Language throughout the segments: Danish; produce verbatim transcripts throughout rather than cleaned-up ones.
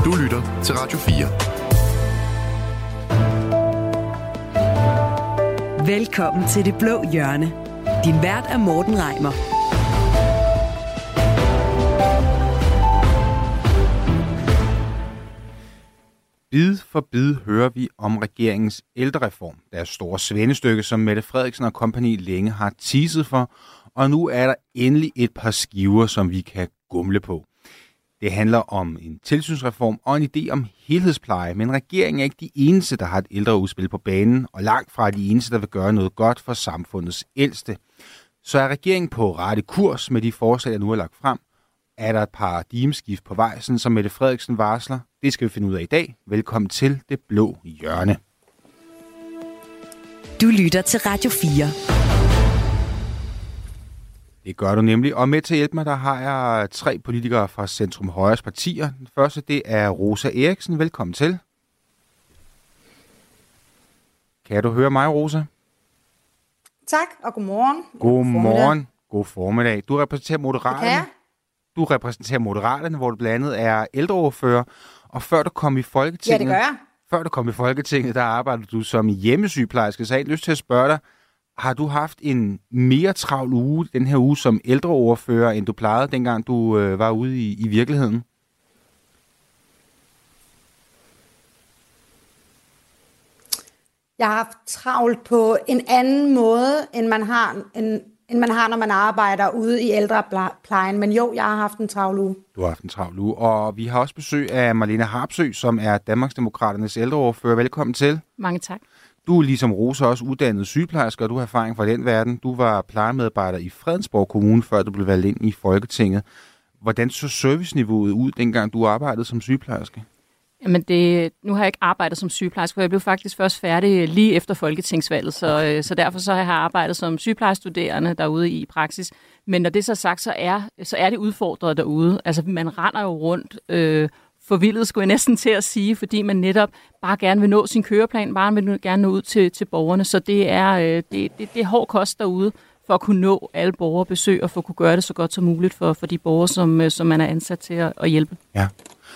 Du lytter til Radio fire. Velkommen til Det Blå Hjørne. Din vært er Morten Reimer. Bid for bid hører vi om regeringens ældrereform, deres store svendestykke, som Mette Frederiksen og kompagni længe har teaset for, og nu er der endelig et par skiver, som vi kan gumle på. Det handler om en tilsynsreform og en idé om helhedspleje, men regeringen er ikke de eneste, der har et ældreudspil på banen, og langt fra de eneste, der vil gøre noget godt for samfundets ældste. Så er regeringen på rette kurs med de forslag, der nu er lagt frem. Er der et paradigmeskift på vej, sådan som Mette Frederiksen varsler? Det skal vi finde ud af i dag. Velkommen til Det Blå Hjørne. Du lytter til Radio fire. Det gør du nemlig. Og med til at hjælpe mig, der har jeg tre politikere fra Centrum Højres partier. Den første, det er Rosa Eriksen. Velkommen til. Kan du høre mig, Rosa? Tak, og godmorgen. Godmorgen. God formiddag. Du repræsenterer Moderaterne. Okay. Du repræsenterer Moderaterne, hvor du blandt andet er ældreordfører. Og før du kom i Folketinget... Ja, det gør jeg. Før du kom i Folketinget, der arbejdede du som hjemmesygeplejerske. Så jeg har lyst til at spørge dig, har du haft en mere travl uge den her uge som ældreordfører, end du plejede, dengang du øh, var ude i, i virkeligheden? Jeg har haft travlt på en anden måde, end man har, end, end man har, når man arbejder ude i ældreplejen. Men jo, jeg har haft en travl uge. Du har haft en travl uge. Og vi har også besøg af Marlene Harpsøe, som er Danmarksdemokraternes ældreordfører. Velkommen til. Mange tak. Du er ligesom Rosa også uddannet sygeplejerske, og du har erfaring fra den verden. Du var plejemedarbejder i Fredensborg Kommune, før du blev valgt ind i Folketinget. Hvordan så serviceniveauet ud, dengang du arbejdede som sygeplejerske? Jamen det, nu har jeg ikke arbejdet som sygeplejerske, for jeg blev faktisk først færdig lige efter folketingsvalget, så, så derfor så har jeg arbejdet som sygeplejestuderende derude i praksis. Men når det så er sagt, så er, så er det udfordret derude. Altså man render jo rundt øh, forvildet, skulle jeg næsten til at sige, fordi man netop bare gerne vil nå sin køreplan, bare vil gerne nå ud til, til borgerne. Så det er, øh, det, det, det er hård kost derude for at kunne nå alle borgerbesøg og for at kunne gøre det så godt som muligt for, for de borgere, som, som man er ansat til at, at hjælpe. Ja.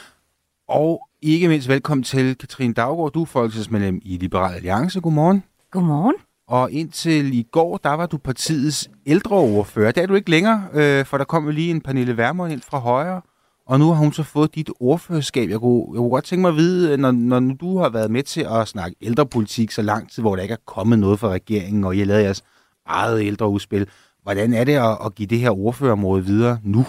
Og ikke mindst velkommen til Katrine Daugaard. Du er folketingsmedlem i Liberal Alliance. Godmorgen. Godmorgen. Og indtil i går, der var du partiets ældreordfører. Det er du ikke længere, øh, for der kom jo lige en Pernille Vermund ind fra Højre. Og nu har hun så fået dit ordførerskab. Jeg kunne, jeg kunne godt tænke mig at vide, når, når du har været med til at snakke ældrepolitik så lang tid, hvor der ikke er kommet noget fra regeringen, og I har lavet jeres eget ældreudspil. Hvordan er det at, at give det her ordførerområde videre nu?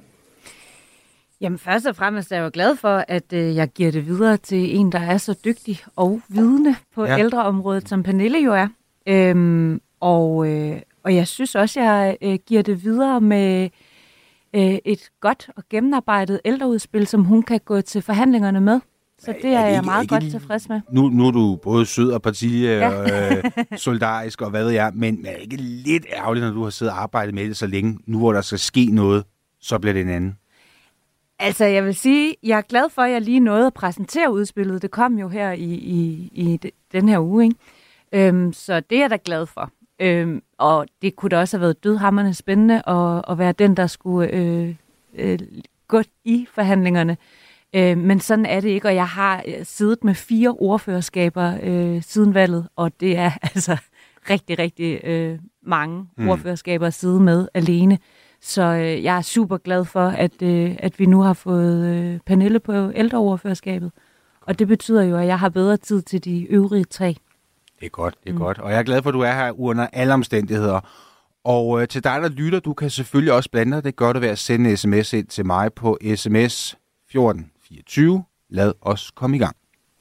Jamen først og fremmest er jeg jo glad for, at øh, jeg giver det videre til en, der er så dygtig og vidende på ja. ældreområdet, som Pernille jo er. Øhm, og, øh, og jeg synes også, at jeg øh, giver det videre med øh, et godt og gennemarbejdet ældreudspil, som hun kan gå til forhandlingerne med. Så det er, er det jeg ikke, meget ikke, godt tilfreds med. Nu, nu er du både sød og parti ja. og øh, solidarisk og hvad ved jeg, men er det ikke lidt ærgerligt, når du har siddet og arbejdet med det så længe? Nu hvor der skal ske noget, så bliver det en anden. Altså, jeg vil sige, jeg er glad for, at jeg lige nåede at præsentere udspillet. Det kom jo her i, i, i den her uge, ikke? Øhm, så det er jeg da glad for. Øhm, og det kunne da også have været dødhamrende spændende at, at være den, der skulle øh, øh, gå i forhandlingerne. Øh, men sådan er det ikke, og jeg har siddet med fire ordførerskaber øh, siden valget, og det er altså rigtig, rigtig øh, mange mm. ordførerskaber at sidde med alene. Så øh, jeg er super glad for, at, øh, at vi nu har fået øh, Pernille på ældreordførerskabet. Og det betyder jo, at jeg har bedre tid til de øvrige tre. Det er godt, det er mm. godt. Og jeg er glad for, at du er her under alle omstændigheder. Og øh, til dig, der lytter, du kan selvfølgelig også blande dig. Det gør du ved at sende en sms ind til mig på sms fjorten fireogtyve. Lad os komme i gang.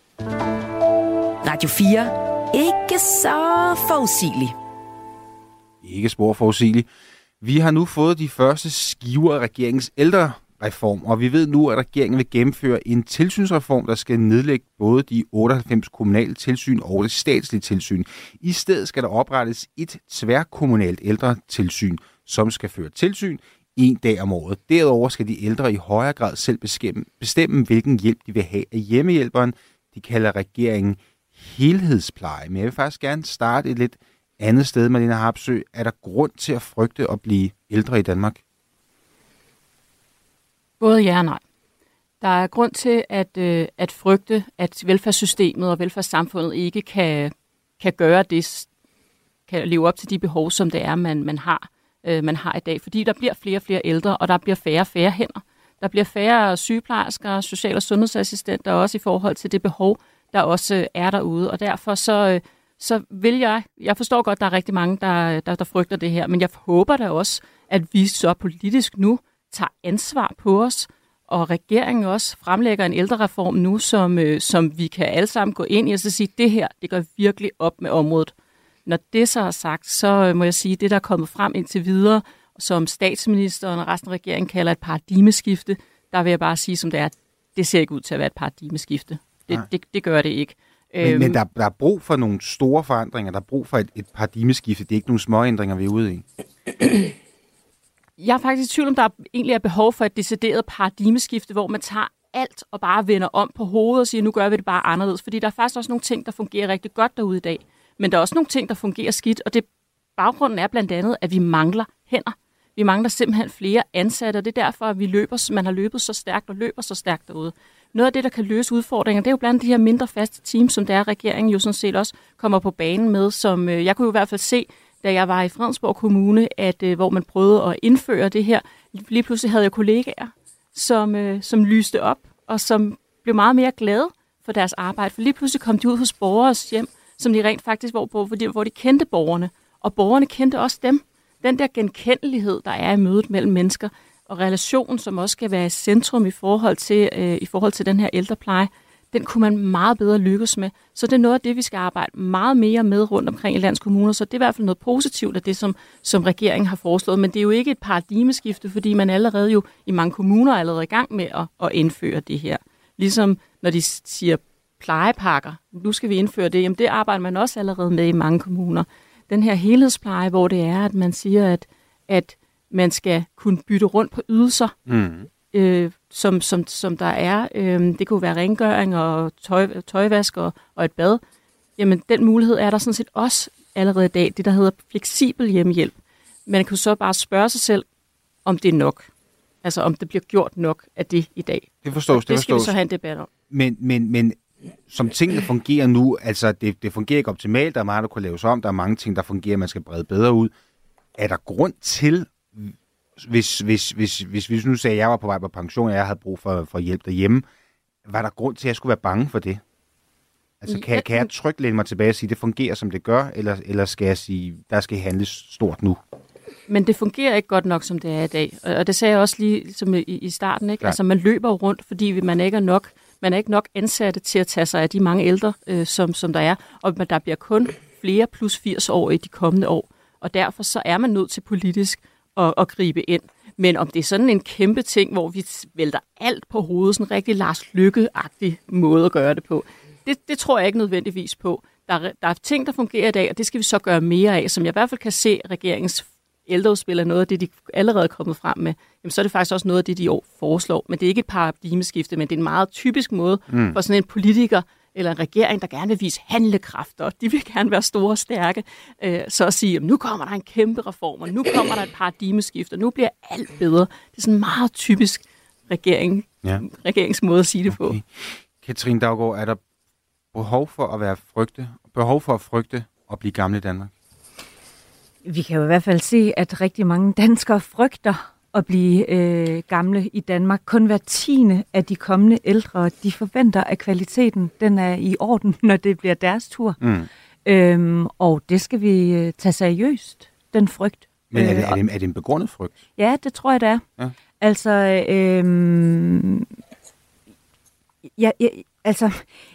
Radio fire. Ikke så forudsigelig. Ikke spor forudsigelig. Vi har nu fået de første skiver af regeringens ældrereform, og vi ved nu, at regeringen vil gennemføre en tilsynsreform, der skal nedlægge både de otteoghalvfems kommunale tilsyn og det statslige tilsyn. I stedet skal der oprettes et tværkommunalt ældretilsyn, som skal føre tilsyn en dag om året. Derudover skal de ældre i højere grad selv bestemme, hvilken hjælp de vil have af hjemmehjælperen. De kalder regeringen helhedspleje. Men jeg vil faktisk gerne starte et lidt andet sted, Marlene Harpsøe. Er der grund til at frygte at blive ældre i Danmark? Både ja og nej. Der er grund til at, øh, at frygte, at velfærdssystemet og velfærdssamfundet ikke kan, kan gøre det, kan leve op til de behov, som det er, man, man, har, øh, man har i dag. Fordi der bliver flere og flere ældre, og der bliver færre og færre hænder. Der bliver færre sygeplejersker, social- og sundhedsassistenter, også i forhold til det behov, der også er derude. Og derfor så, så vil jeg, jeg forstår godt, at der er rigtig mange, der, der, der frygter det her, men jeg håber da også, at vi så politisk nu tager ansvar på os, og regeringen også fremlægger en ældrereform nu, som, som vi kan alle sammen gå ind i og så sige, det her, det går virkelig op med området. Når det så er sagt, så må jeg sige, det der er kommet frem indtil videre, som statsministeren og resten af regeringen kalder et paradigmeskifte, der vil jeg bare sige, som det er, det ser ikke ud til at være et paradigmeskifte. Det, det, det gør det ikke. Men, men der, der er brug for nogle store forandringer, der er brug for et, et paradigmeskifte, det er ikke nogle små ændringer, vi er ude i. Jeg er faktisk i tvivl om, der egentlig er behov for et decideret paradigmeskifte, hvor man tager alt og bare vender om på hovedet og siger, nu gør vi det bare anderledes. Fordi der er faktisk også nogle ting, der fungerer rigtig godt derude i dag. Men der er også nogle ting, der fungerer skidt, og det baggrunden er blandt andet, at vi mangler hænder. Vi mangler simpelthen flere ansatte, og det er derfor, at vi løber, man har løbet så stærkt og løber så stærkt derude. Noget af det, der kan løse udfordringer, det er jo blandt de her mindre faste teams, som der er regeringen jo sådan set også kommer på banen med. Som øh, jeg kunne jo i hvert fald se, da jeg var i Fredensborg Kommune, at øh, hvor man prøvede at indføre det her. Lige pludselig havde jeg kollegaer, som, øh, som lyste op, og som blev meget mere glade for deres arbejde. For lige pludselig kom de ud hos borgers hjem, som de rent faktisk var på, hvor de kendte borgerne. Og borgerne kendte også dem. Den der genkendelighed, der er i mødet mellem mennesker, og relationen, som også skal være i centrum i forhold til, øh, i forhold til den her ældrepleje, den kunne man meget bedre lykkes med. Så det er noget af det, vi skal arbejde meget mere med rundt omkring i landets kommuner. Så det er i hvert fald noget positivt af det, som, som regeringen har foreslået. Men det er jo ikke et paradigmeskifte, fordi man allerede jo i mange kommuner er allerede i gang med at, at indføre det her. Ligesom når de siger plejepakker, nu skal vi indføre det, jamen det arbejder man også allerede med i mange kommuner. Den her helhedspleje, hvor det er, at man siger, at, at man skal kunne bytte rundt på ydelser, mm. øh, som, som, som der er. Øh, det kunne være rengøring og tøj, tøjvask og, og et bad. Jamen, den mulighed er der sådan set også allerede i dag, det der hedder fleksibel hjemmehjælp. Man kan så bare spørge sig selv, om det er nok. Altså, om det bliver gjort nok af det i dag. Det forstås, det, det skal forstås. vi så have en debat om. Men, men, men som tingene fungerer nu, altså det, det fungerer ikke optimalt, der er meget, der kunne laves om, der er mange ting, der fungerer, man skal brede bedre ud. Er der grund til, hvis, hvis, hvis, hvis vi nu sagde, at jeg var på vej på pension, og jeg havde brug for, for hjælp derhjemme, var der grund til, at jeg skulle være bange for det? Altså kan, ja. kan jeg trygt læne mig tilbage og sige, at det fungerer, som det gør, eller, eller skal jeg sige, der skal handles stort nu? Men det fungerer ikke godt nok, som det er i dag. Og det sagde jeg også lige ligesom i, i starten, ikke? Altså man løber rundt, fordi man ikke er nok Man er ikke nok ansatte til at tage sig af de mange ældre, øh, som, som der er. Og der bliver kun flere plus firs år i de kommende år. Og derfor så er man nødt til politisk at, at gribe ind. Men om det er sådan en kæmpe ting, hvor vi vælter alt på hovedet, sådan en rigtig Lars Løkke-agtig måde at gøre det på, det, det tror jeg ikke nødvendigvis på. Der er, der er ting, der fungerer i dag, og det skal vi så gøre mere af, som jeg i hvert fald kan se, regeringens ældreudspil er noget af det, de allerede er kommet frem med, jamen, så er det faktisk også noget af det, de i år foreslår. Men det er ikke et paradigmeskifte, men det er en meget typisk måde mm. for sådan en politiker eller en regering, der gerne vil vise handlekraft, og de vil gerne være store og stærke, øh, så at sige, jamen, nu kommer der en kæmpe reform, og nu kommer der et paradigmeskifte, og nu bliver alt bedre. Det er sådan en meget typisk regering, ja. regeringens måde at sige det okay. på. Katrine Daugaard, er der behov for at være frygte, behov for at frygte at blive gammel i Danmark? Vi kan jo i hvert fald se, at rigtig mange danskere frygter at blive øh, gamle i Danmark. Kun hver tiende af de kommende ældre, de forventer, at kvaliteten den er i orden, når det bliver deres tur. Mm. Øhm, og det skal vi øh, tage seriøst, den frygt. Men er det, er, det, er det en begrundet frygt? Ja, det tror jeg, det er. Ja. Altså, øh, ja, ja, altså,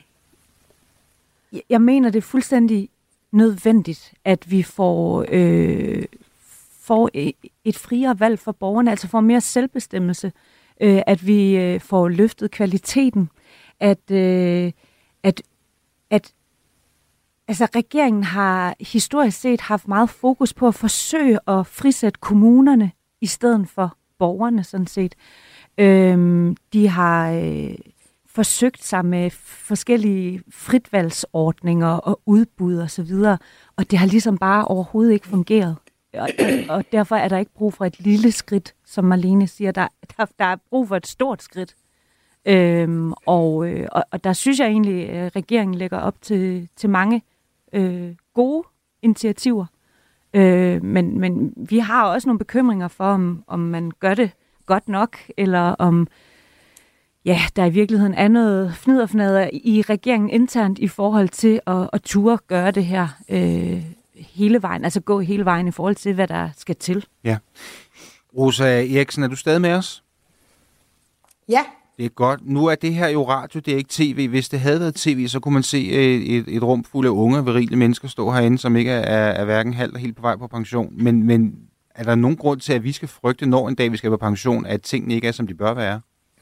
jeg, jeg mener, det er fuldstændig nødvendigt, at vi får, øh, får et friere valg for borgerne, altså får mere selvbestemmelse, øh, at vi øh, får løftet kvaliteten, at, øh, at, at altså, regeringen har historisk set haft meget fokus på at forsøge at frisætte kommunerne i stedet for borgerne, sådan set. Øh, de har øh, forsøgt sig med forskellige fritvalgsordninger og udbud og så videre, og det har ligesom bare overhovedet ikke fungeret. Og, og derfor er der ikke brug for et lille skridt, som Marlene siger. Der, der, der er brug for et stort skridt. Øhm, og, øh, og, og der synes jeg egentlig, at regeringen lægger op til, til mange øh, gode initiativer. Øh, men, men vi har også nogle bekymringer for, om, om man gør det godt nok, eller om ja, der i virkeligheden er noget fnidderfnader i regeringen internt i forhold til at, at turde gøre det her øh, hele vejen, altså gå hele vejen i forhold til, hvad der skal til. Ja. Rosa Eriksen, er du stadig med os? Ja. Det er godt. Nu er det her jo radio, det er ikke tv. Hvis det havde været tv, så kunne man se et, et rum fuld af unge, virile mennesker stå herinde, som ikke er, er hverken halvt og helt på vej på pension. Men, men er der nogen grund til, at vi skal frygte, når en dag vi skal på pension, at tingene ikke er, som de bør være?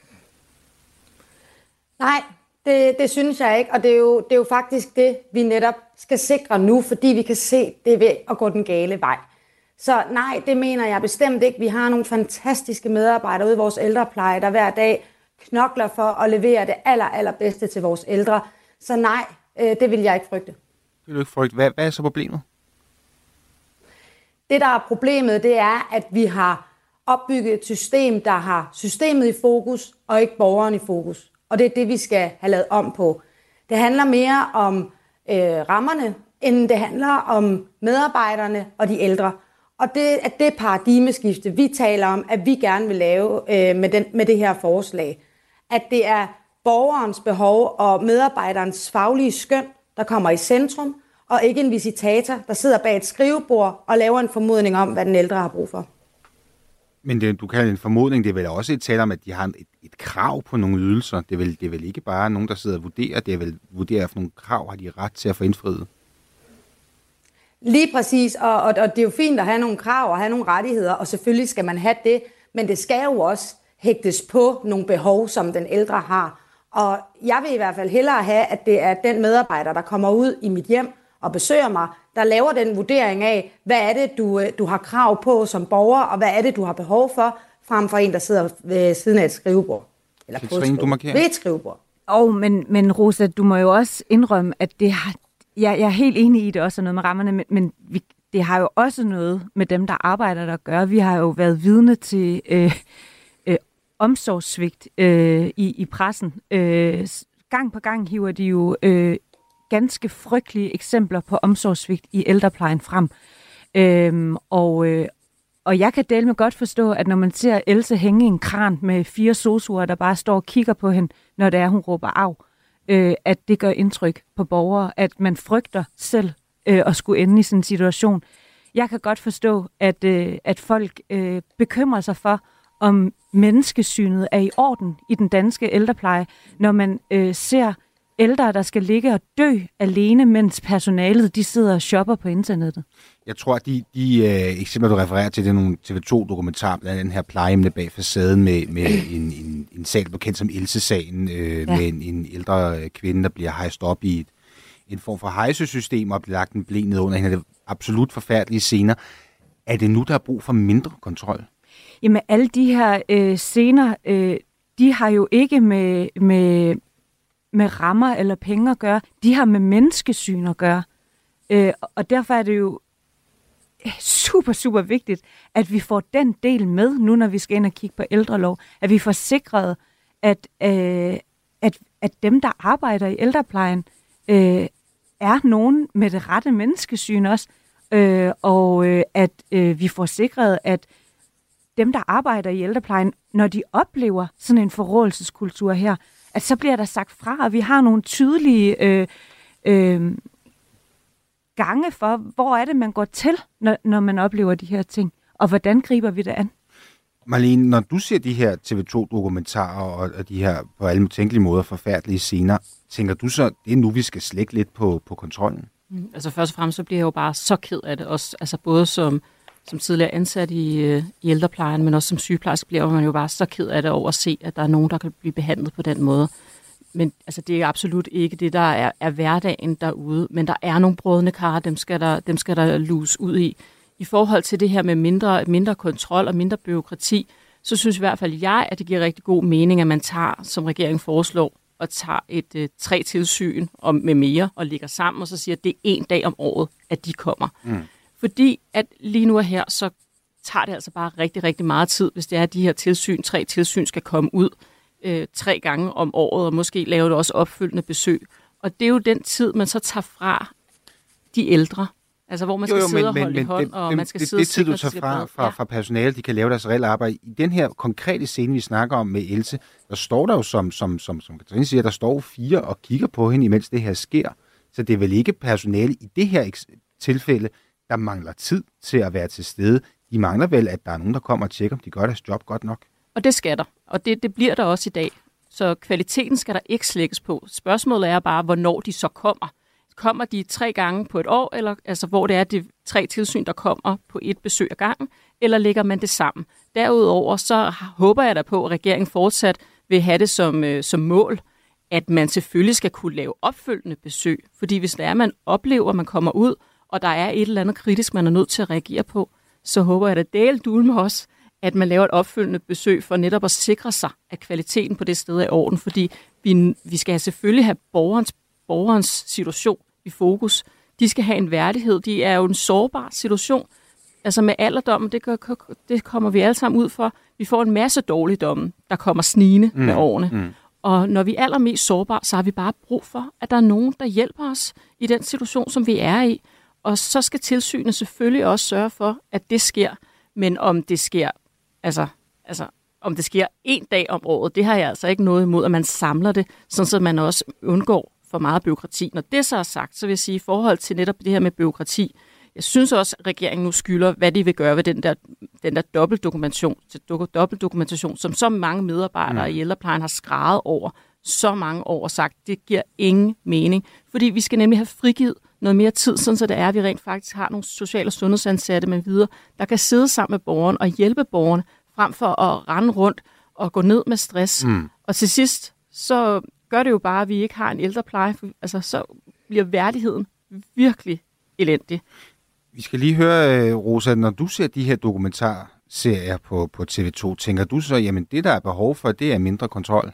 Nej, det, det synes jeg ikke, og det er, jo, det er jo faktisk det, vi netop skal sikre nu, fordi vi kan se, det er ved at gå den gale vej. Så nej, det mener jeg bestemt ikke. Vi har nogle fantastiske medarbejdere ude i vores ældrepleje, der hver dag knokler for at levere det aller, allerbedste til vores ældre. Så nej, øh, det vil jeg ikke frygte. Det vil du ikke frygte. Hvad, hvad er så problemet? Det, der er problemet, det er, at vi har opbygget et system, der har systemet i fokus, og ikke borgeren i fokus. Og det er det, vi skal have lavet om på. Det handler mere om øh, rammerne, end det handler om medarbejderne og de ældre. Og det er det paradigmeskifte, vi taler om, at vi gerne vil lave øh, med, den, med det her forslag. At det er borgerens behov og medarbejderens faglige skøn, der kommer i centrum, og ikke en visitator, der sidder bag et skrivebord og laver en formodning om, hvad den ældre har brug for. Men det, du kalder en formodning, det er vel også et tale om, at de har et, et krav på nogle ydelser. Det er, vel, det er vel ikke bare nogen, der sidder og vurderer, det er vel vurderer, for nogle krav har de ret til at få indfriet. Lige præcis, og, og, og det er jo fint at have nogle krav og have nogle rettigheder, og selvfølgelig skal man have det, men det skal jo også hægtes på nogle behov, som den ældre har. Og jeg vil i hvert fald hellere have, at det er den medarbejder, der kommer ud i mit hjem og besøger mig, der laver den vurdering af, hvad er det, du, du har krav på som borger, og hvad er det, du har behov for, frem for en, der sidder ved siden af et skrivebord. Eller på et skrivebord. Ved et skrivebord. Oh, men, men Rosa, du må jo også indrømme, at det har, jeg, jeg er helt enig i det også, noget med rammerne, men, men vi, det har jo også noget med dem, der arbejder, der gør. Vi har jo været vidne til øh, øh, omsorgssvigt øh, i, i pressen. Øh, gang på gang hiver de jo øh, ganske frygtelige eksempler på omsorgssvigt i ældreplejen frem. Øhm, og, øh, og jeg kan dele med godt forstå, at når man ser Else hænge i en kran med fire sosuer, der bare står og kigger på hende, når det er, hun råber af, øh, at det gør indtryk på borgere, at man frygter selv øh, at skulle ende i sådan en situation. Jeg kan godt forstå, at, øh, at folk øh, bekymrer sig for, om menneskesynet er i orden i den danske ældrepleje, når man øh, ser ældre, der skal ligge og dø alene, mens personalet de sidder og shopper på internettet. Jeg tror, at de, de øh, eksempler, du refererer til, det er nogle T V to-dokumentarer, blandt den her plejehjemne bag facaden med, med en, en, en sag, der kendt som Else-sagen, øh, ja. med en, en ældre kvinde, der bliver hejst op i et, en form for hejsesystem og bliver lagt en blæ ned under hende. Det er absolut forfærdelige scener. Er det nu, der er brug for mindre kontrol? Jamen, alle de her øh, scener, øh, de har jo ikke med... med med rammer eller penge at gøre. De har med menneskesyn at gøre. Øh, og derfor er det jo super, super vigtigt, at vi får den del med, nu når vi skal ind og kigge på ældrelov, at vi får sikret, at, øh, at, at dem, der arbejder i ældreplejen, øh, er nogen med det rette menneskesyn også, øh, og øh, at øh, vi får sikret, at dem, der arbejder i ældreplejen, når de oplever sådan en forrådelseskultur her, at så bliver der sagt fra, og vi har nogle tydelige øh, øh, gange for, hvor er det, man går til, når, når man oplever de her ting, og hvordan griber vi det an? Marlene, når du ser de her T V to-dokumentarer og, og de her på alle tænkelige måder forfærdelige scener, tænker du så, det er nu, vi skal slække lidt på, på kontrollen? Mm, altså først og fremmest, så bliver jeg jo bare så ked af det, også, altså både som, som tidligere ansat i, øh, i ældreplejen, men også som sygeplejerske bliver man jo bare så ked af det over at se, at der er nogen, der kan blive behandlet på den måde. Men altså, det er absolut ikke det, der er, er hverdagen derude, men der er nogle brødne kar, dem skal der, dem skal der luse ud i. I forhold til det her med mindre, mindre kontrol og mindre byråkrati, så synes i hvert fald jeg, at det giver rigtig god mening, at man tager, som regeringen foreslår, og tager et øh, tre tilsyn om, med mere og ligger sammen, og så siger, at det er en dag om året, at de kommer. Mm. Fordi at lige nu og her, så tager det altså bare rigtig, rigtig meget tid, hvis det er, at de her tilsyn, tre tilsyn skal komme ud øh, tre gange om året, og måske laver du også opfølgende besøg. Og det er jo den tid, man så tager fra de ældre. Altså, hvor man skal jo, jo, sidde men, og holde men, i hånd, det, og det, man skal det, sidde det, det tid, og du tager fra, fra, fra personale, de kan lave deres reelle arbejde. I den her konkrete scene, vi snakker om med Else, der står der jo, som, som, som, som Katrine siger, der står fire og kigger på hende, imens det her sker. Så det er vel ikke personale i det her tilfælde, der mangler tid til at være til stede. De mangler vel, at der er nogen, der kommer og tjekker, om de gør deres job godt nok. Og det skal der, og det, det bliver der også i dag. Så kvaliteten skal der ikke slækkes på. Spørgsmålet er bare, hvornår de så kommer. Kommer de tre gange på et år, eller altså hvor det er de tre tilsyn, der kommer på et besøg ad gangen, eller lægger man det sammen? Derudover så håber jeg da på, at regeringen fortsat vil have det som, øh, som mål, at man selvfølgelig skal kunne lave opfølgende besøg. Fordi hvis det er, man oplever, at man kommer ud, og der er et eller andet kritisk, man er nødt til at reagere på, så håber jeg da dele dulme også, at man laver et opfølgende besøg for netop at sikre sig, at kvaliteten på det sted er i orden. Fordi vi, vi skal selvfølgelig have borgerens, borgerens situation i fokus. De skal have en værdighed. De er jo en sårbar situation. Altså med alderdommen, det, gør, det kommer vi alle sammen ud for. Vi får en masse dårligdomme, der kommer snigende mm. med årene. Mm. Og når vi er allermest sårbare, så har vi bare brug for, at der er nogen, der hjælper os i den situation, som vi er i. Og så skal tilsynet selvfølgelig også sørge for, at det sker. Men om det sker, altså, altså, om det sker en dag om året, det har jeg altså ikke noget imod, at man samler det, sådan så man også undgår for meget byråkrati. Når det så er sagt, så vil jeg sige, i forhold til netop det her med byråkrati, jeg synes også, at regeringen nu skylder, hvad de vil gøre ved den der, den der dobbeltdokumentation, dobbeltdokumentation, som så mange medarbejdere mm. i ældreplejen har skreget over så mange år og sagt, det giver ingen mening. Fordi vi skal nemlig have frigivet noget mere tid, sådan så det er, at vi rent faktisk har nogle social- og sundhedsansatte med videre, der kan sidde sammen med borgeren og hjælpe borgerne, frem for at rende rundt og gå ned med stress. Mm. Og til sidst, så gør det jo bare, at vi ikke har en ældrepleje. Altså, så bliver værdigheden virkelig elendig. Vi skal lige høre, Rosa, når du ser de her dokumentarserier på, på T V to, tænker du så, jamen det, der er behov for, det er mindre kontrol?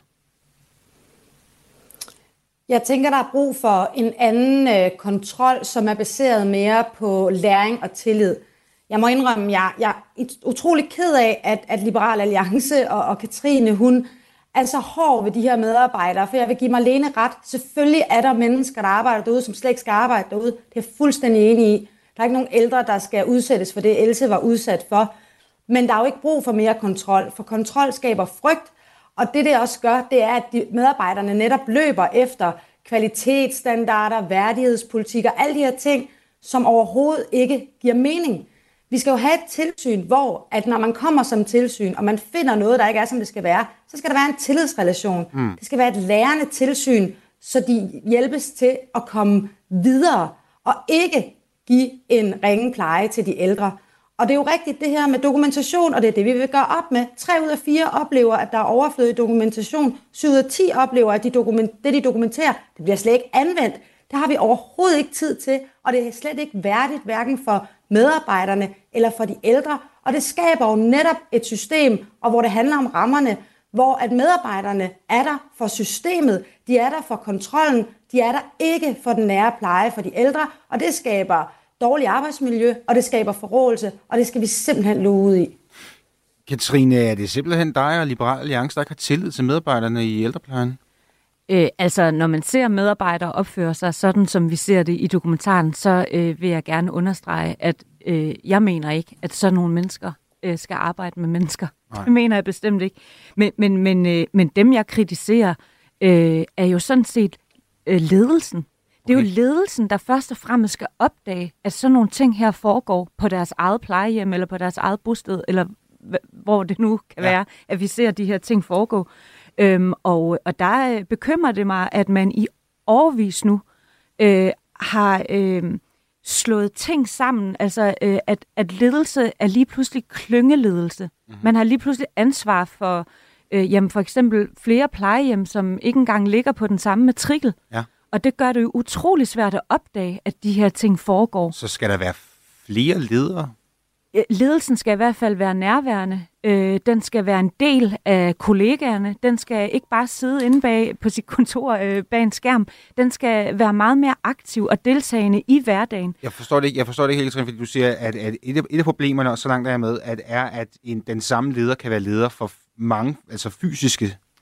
Jeg tænker, der er brug for en anden øh, kontrol, som er baseret mere på læring og tillid. Jeg må indrømme, jeg, jeg er utrolig ked af, at, at Liberal Alliance og, og Katrine, hun er så hård ved de her medarbejdere, for jeg vil give Marlene ret. Selvfølgelig er der mennesker, der arbejder derude, som slet ikke skal arbejde derude. Det er jeg fuldstændig enig i. Der er ikke nogen ældre, der skal udsættes for det, Else var udsat for. Men der er jo ikke brug for mere kontrol, for kontrol skaber frygt. Og det, det også gør, det er, at de medarbejderne netop løber efter kvalitetsstandarder, værdighedspolitikker, alle de her ting, som overhovedet ikke giver mening. Vi skal jo have et tilsyn, hvor at når man kommer som tilsyn, og man finder noget, der ikke er, som det skal være, så skal der være en tillidsrelation. Mm. Det skal være et lærende tilsyn, så de hjælpes til at komme videre, og ikke give en ringe pleje til de ældre. Og det er jo rigtigt, det her med dokumentation, og det er det, vi vil gøre op med. Tre ud af fire oplever, at der er overflødig dokumentation. Syv ud af ti oplever, at de dokument- det, de dokumenterer, det bliver slet ikke anvendt. Det har vi overhovedet ikke tid til, og det er slet ikke værdigt, hverken for medarbejderne eller for de ældre. Og det skaber jo netop et system, og hvor det handler om rammerne, hvor at medarbejderne er der for systemet, de er der for kontrollen, de er der ikke for den nære pleje for de ældre, og det skaber dårlig arbejdsmiljø, og det skaber forrådelse, og det skal vi simpelthen luge ud i. Katrine, er det simpelthen dig og Liberal Alliance, der ikke har tillid til medarbejderne i ældreplejen? Øh, altså, når man ser medarbejdere opføre sig sådan, som vi ser det i dokumentaren, så øh, vil jeg gerne understrege, at øh, jeg mener ikke, at sådan nogle mennesker øh, skal arbejde med mennesker. Nej. Det mener jeg bestemt ikke. Men, men, men, øh, men dem, jeg kritiserer, øh, er jo sådan set øh, ledelsen. Det er okay. jo ledelsen, der først og fremmest skal opdage, at sådan nogle ting her foregår på deres eget plejehjem, eller på deres eget bosted, eller hvor det nu kan ja. være, at vi ser de her ting foregå. Øhm, og, og der bekymrer det mig, at man i årevis nu øh, har øh, slået ting sammen. Altså, øh, at, at ledelse er lige pludselig klyngeledelse. Mm-hmm. Man har lige pludselig ansvar for, øh, jamen for eksempel flere plejehjem, som ikke engang ligger på den samme matrikel. Ja. Og det gør det jo utrolig svært at opdage, at de her ting foregår. Så skal der være flere ledere? Ledelsen skal i hvert fald være nærværende. Øh, den skal være en del af kollegaerne. Den skal ikke bare sidde inde bag på sit kontor øh, bag en skærm. Den skal være meget mere aktiv og deltagende i hverdagen. Jeg forstår det ikke, jeg forstår det ikke helt, fordi du siger, at, at et, af, et af problemerne, og så langt der er med, at er, at en, den samme leder kan være leder for mange, altså fysiske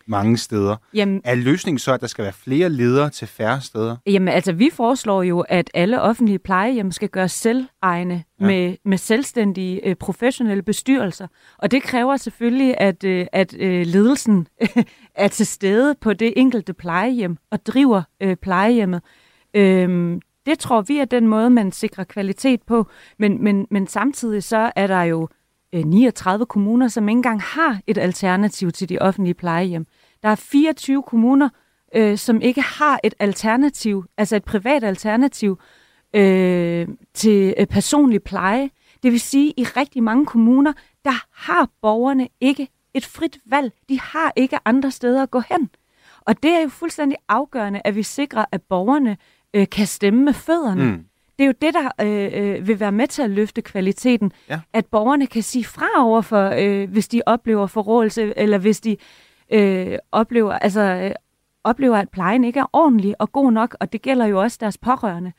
mange steder. Jamen, er løsningen så, at der skal være flere ledere til færre steder? Jamen altså, vi foreslår jo, at alle offentlige plejehjem skal gøres selvejende ja. med, med selvstændige øh, professionelle bestyrelser. Og det kræver selvfølgelig, at, øh, at øh, ledelsen er til stede på det enkelte plejehjem og driver øh, plejehjemmet. Øhm, det tror vi er den måde, man sikrer kvalitet på. Men, men, men samtidig så er der jo øh, niogtredive kommuner, som ikke engang har et alternativ til de offentlige plejehjem. Der er fireogtyve kommuner, øh, som ikke har et alternativ, altså et privat alternativ øh, til øh, personlig pleje. Det vil sige, at i rigtig mange kommuner, der har borgerne ikke et frit valg. De har ikke andre steder at gå hen. Og det er jo fuldstændig afgørende, at vi sikrer, at borgerne øh, kan stemme med fødderne. Mm. Det er jo det, der øh, vil være med til at løfte kvaliteten. Ja. At borgerne kan sige fra over for, øh, hvis de oplever forrådelse, eller hvis de øh, oplever, altså, øh, oplever, at plejen ikke er ordentlig og god nok, og det gælder jo også deres pårørende.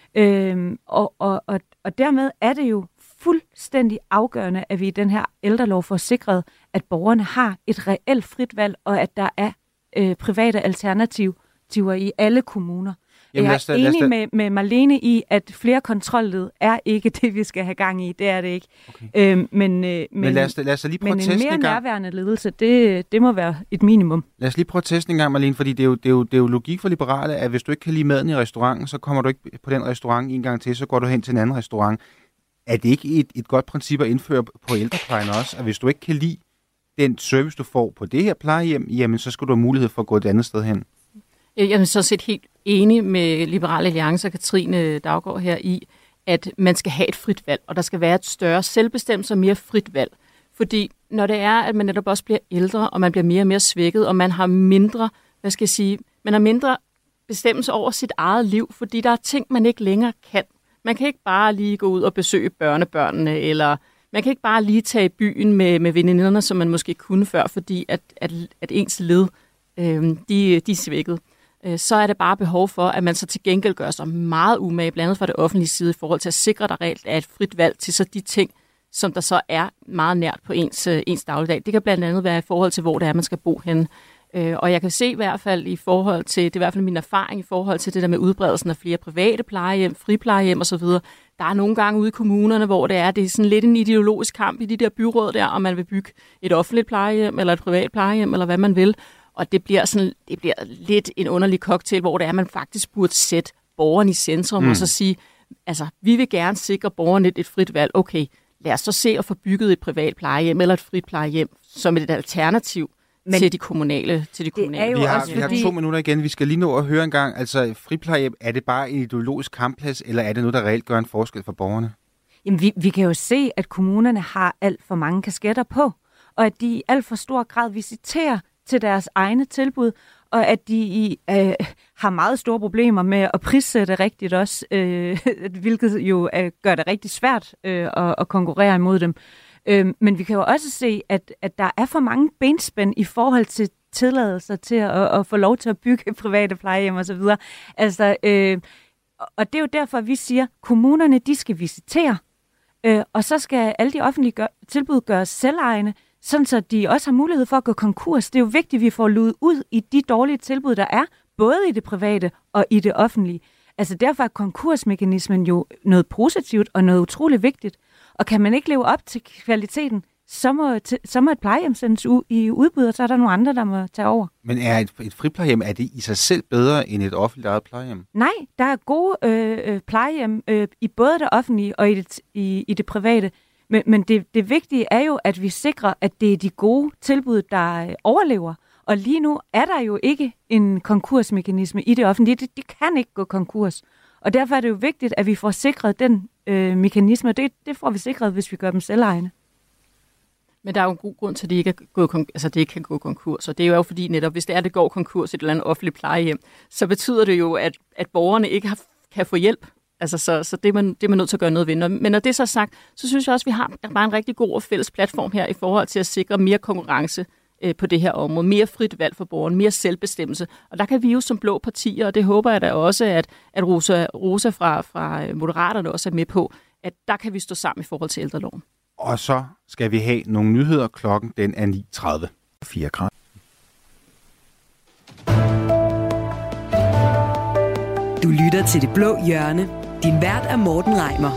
Øh, og, og, og, og dermed er det jo fuldstændig afgørende, at vi i den her ældrelov får sikret, at borgerne har et reelt frit valg, og at der er øh, private alternativer i alle kommuner. Jamen, jeg er da, enig med, med Marlene i, at flere kontrolled er ikke det, vi skal have gang i. Det er det ikke. Okay. Øhm, men, øh, men, men lad os, lad os lige prøve men at teste en mere nærværende ledelse, det, det må være et minimum. Lad os lige prøve at teste en gang, Marlene, fordi det er, jo, det, er jo, det er jo logik for liberale, at hvis du ikke kan lide maden i restauranten, så kommer du ikke på den restaurant en gang til, så går du hen til en anden restaurant. Er det ikke et, et godt princip at indføre på ældreplejen også, at hvis du ikke kan lide den service, du får på det her plejehjem, jamen så skal du have mulighed for at gå et andet sted hen? Jeg er så set helt enig med Liberale Alliance og Katrine Daugaard her i, at man skal have et frit valg, og der skal være et større selvbestemmelse og mere frit valg. Fordi når det er, at man netop også bliver ældre, og man bliver mere og mere svækket, og man har mindre, hvad skal jeg sige, man har mindre bestemmelse over sit eget liv, fordi der er ting, man ikke længere kan. Man kan ikke bare lige gå ud og besøge børnebørnene, eller man kan ikke bare lige tage i byen med, med veninderne, som man måske kunne før, fordi at, at, at ens led, øh, de, de er svækket. Så er det bare behov for, at man så til gengæld gør sig meget umage, blandt andet fra det offentlige side, i forhold til at sikre, at der reelt er et frit valg til så de ting, som der så er meget nært på ens, ens dagligdag. Det kan blandt andet være i forhold til, hvor det er, man skal bo henne. Og jeg kan se i hvert fald i forhold til, det er i hvert fald min erfaring i forhold til det der med udbredelsen af flere private plejehjem, friplejehjem osv. Der er nogle gange ude i kommunerne, hvor det er, det er sådan lidt en ideologisk kamp i de der byråd der, om man vil bygge et offentligt plejehjem eller et privat plejehjem, eller hvad man vil. Og det bliver, sådan, det bliver lidt en underlig cocktail, hvor det er, at man faktisk burde sætte borgeren i centrum mm. og så sige, altså, vi vil gerne sikre borgerne et, et frit valg. Okay, lad os så se at få bygget et privat plejehjem eller et frit plejehjem som et alternativ Men til de kommunale. Til de kommunale. Vi, har, vi har to minutter igen. Vi skal lige nå at høre en gang. Altså, friplejehjem, er det bare en ideologisk kampplads, eller er det noget, der reelt gør en forskel for borgerne? Jamen, vi, vi kan jo se, at kommunerne har alt for mange kasketter på, og at de i alt for stor grad visiterer til deres egne tilbud, og at de øh, har meget store problemer med at prissætte rigtigt også, øh, hvilket jo øh, gør det rigtig svært øh, at, at konkurrere imod dem. Øh, men vi kan jo også se, at, at der er for mange benspænd i forhold til tilladelser til at, at få lov til at bygge private plejehjem osv. Altså, øh, og det er jo derfor, vi siger, at kommunerne de skal visitere, øh, og så skal alle de offentlige gør, tilbud gøres selvejende, sådan så de også har mulighed for at gå konkurs. Det er jo vigtigt, at vi får luet ud i de dårlige tilbud, der er, både i det private og i det offentlige. Altså derfor er konkursmekanismen jo noget positivt og noget utroligt vigtigt. Og kan man ikke leve op til kvaliteten, så må, så må et plejehjem sendes ud i udbud, og så er der nogle andre, der må tage over. Men er et, et friplejehjem, er det i sig selv bedre end et offentligt eget plejehjem? Nej, der er gode øh, plejehjem øh, i både det offentlige og i det, i, i det private. Men, men det, det vigtige er jo, at vi sikrer, at det er de gode tilbud, der overlever. Og lige nu er der jo ikke en konkursmekanisme i det offentlige. Det, det kan ikke gå konkurs. Og derfor er det jo vigtigt, at vi får sikret den øh, mekanisme. Det, det får vi sikret, hvis vi gør dem selvejende. Men der er jo en god grund til, at det ikke, er gået, altså det ikke kan gå konkurs. Og det er jo fordi netop, hvis det er, det går konkurs i et eller andet offentligt plejehjem, så betyder det jo, at, at borgerne ikke har, kan få hjælp. Altså, så, så det, er man, det er man nødt til at gøre noget ved. Men når det er så sagt, så synes jeg også, at vi har bare en rigtig god og fælles platform her i forhold til at sikre mere konkurrence øh, på det her område. Mere frit valg for borgeren, mere selvbestemmelse. Og der kan vi jo som blå partier, og det håber jeg da også, at, at Rosa, Rosa fra, fra Moderaterne også er med på, at der kan vi stå sammen i forhold til ældreloven. Og så skal vi have nogle nyheder. Klokken den er ni tredive. fire grader. lytter til Det Blå Hjørne. Din vært er Morten Reimer.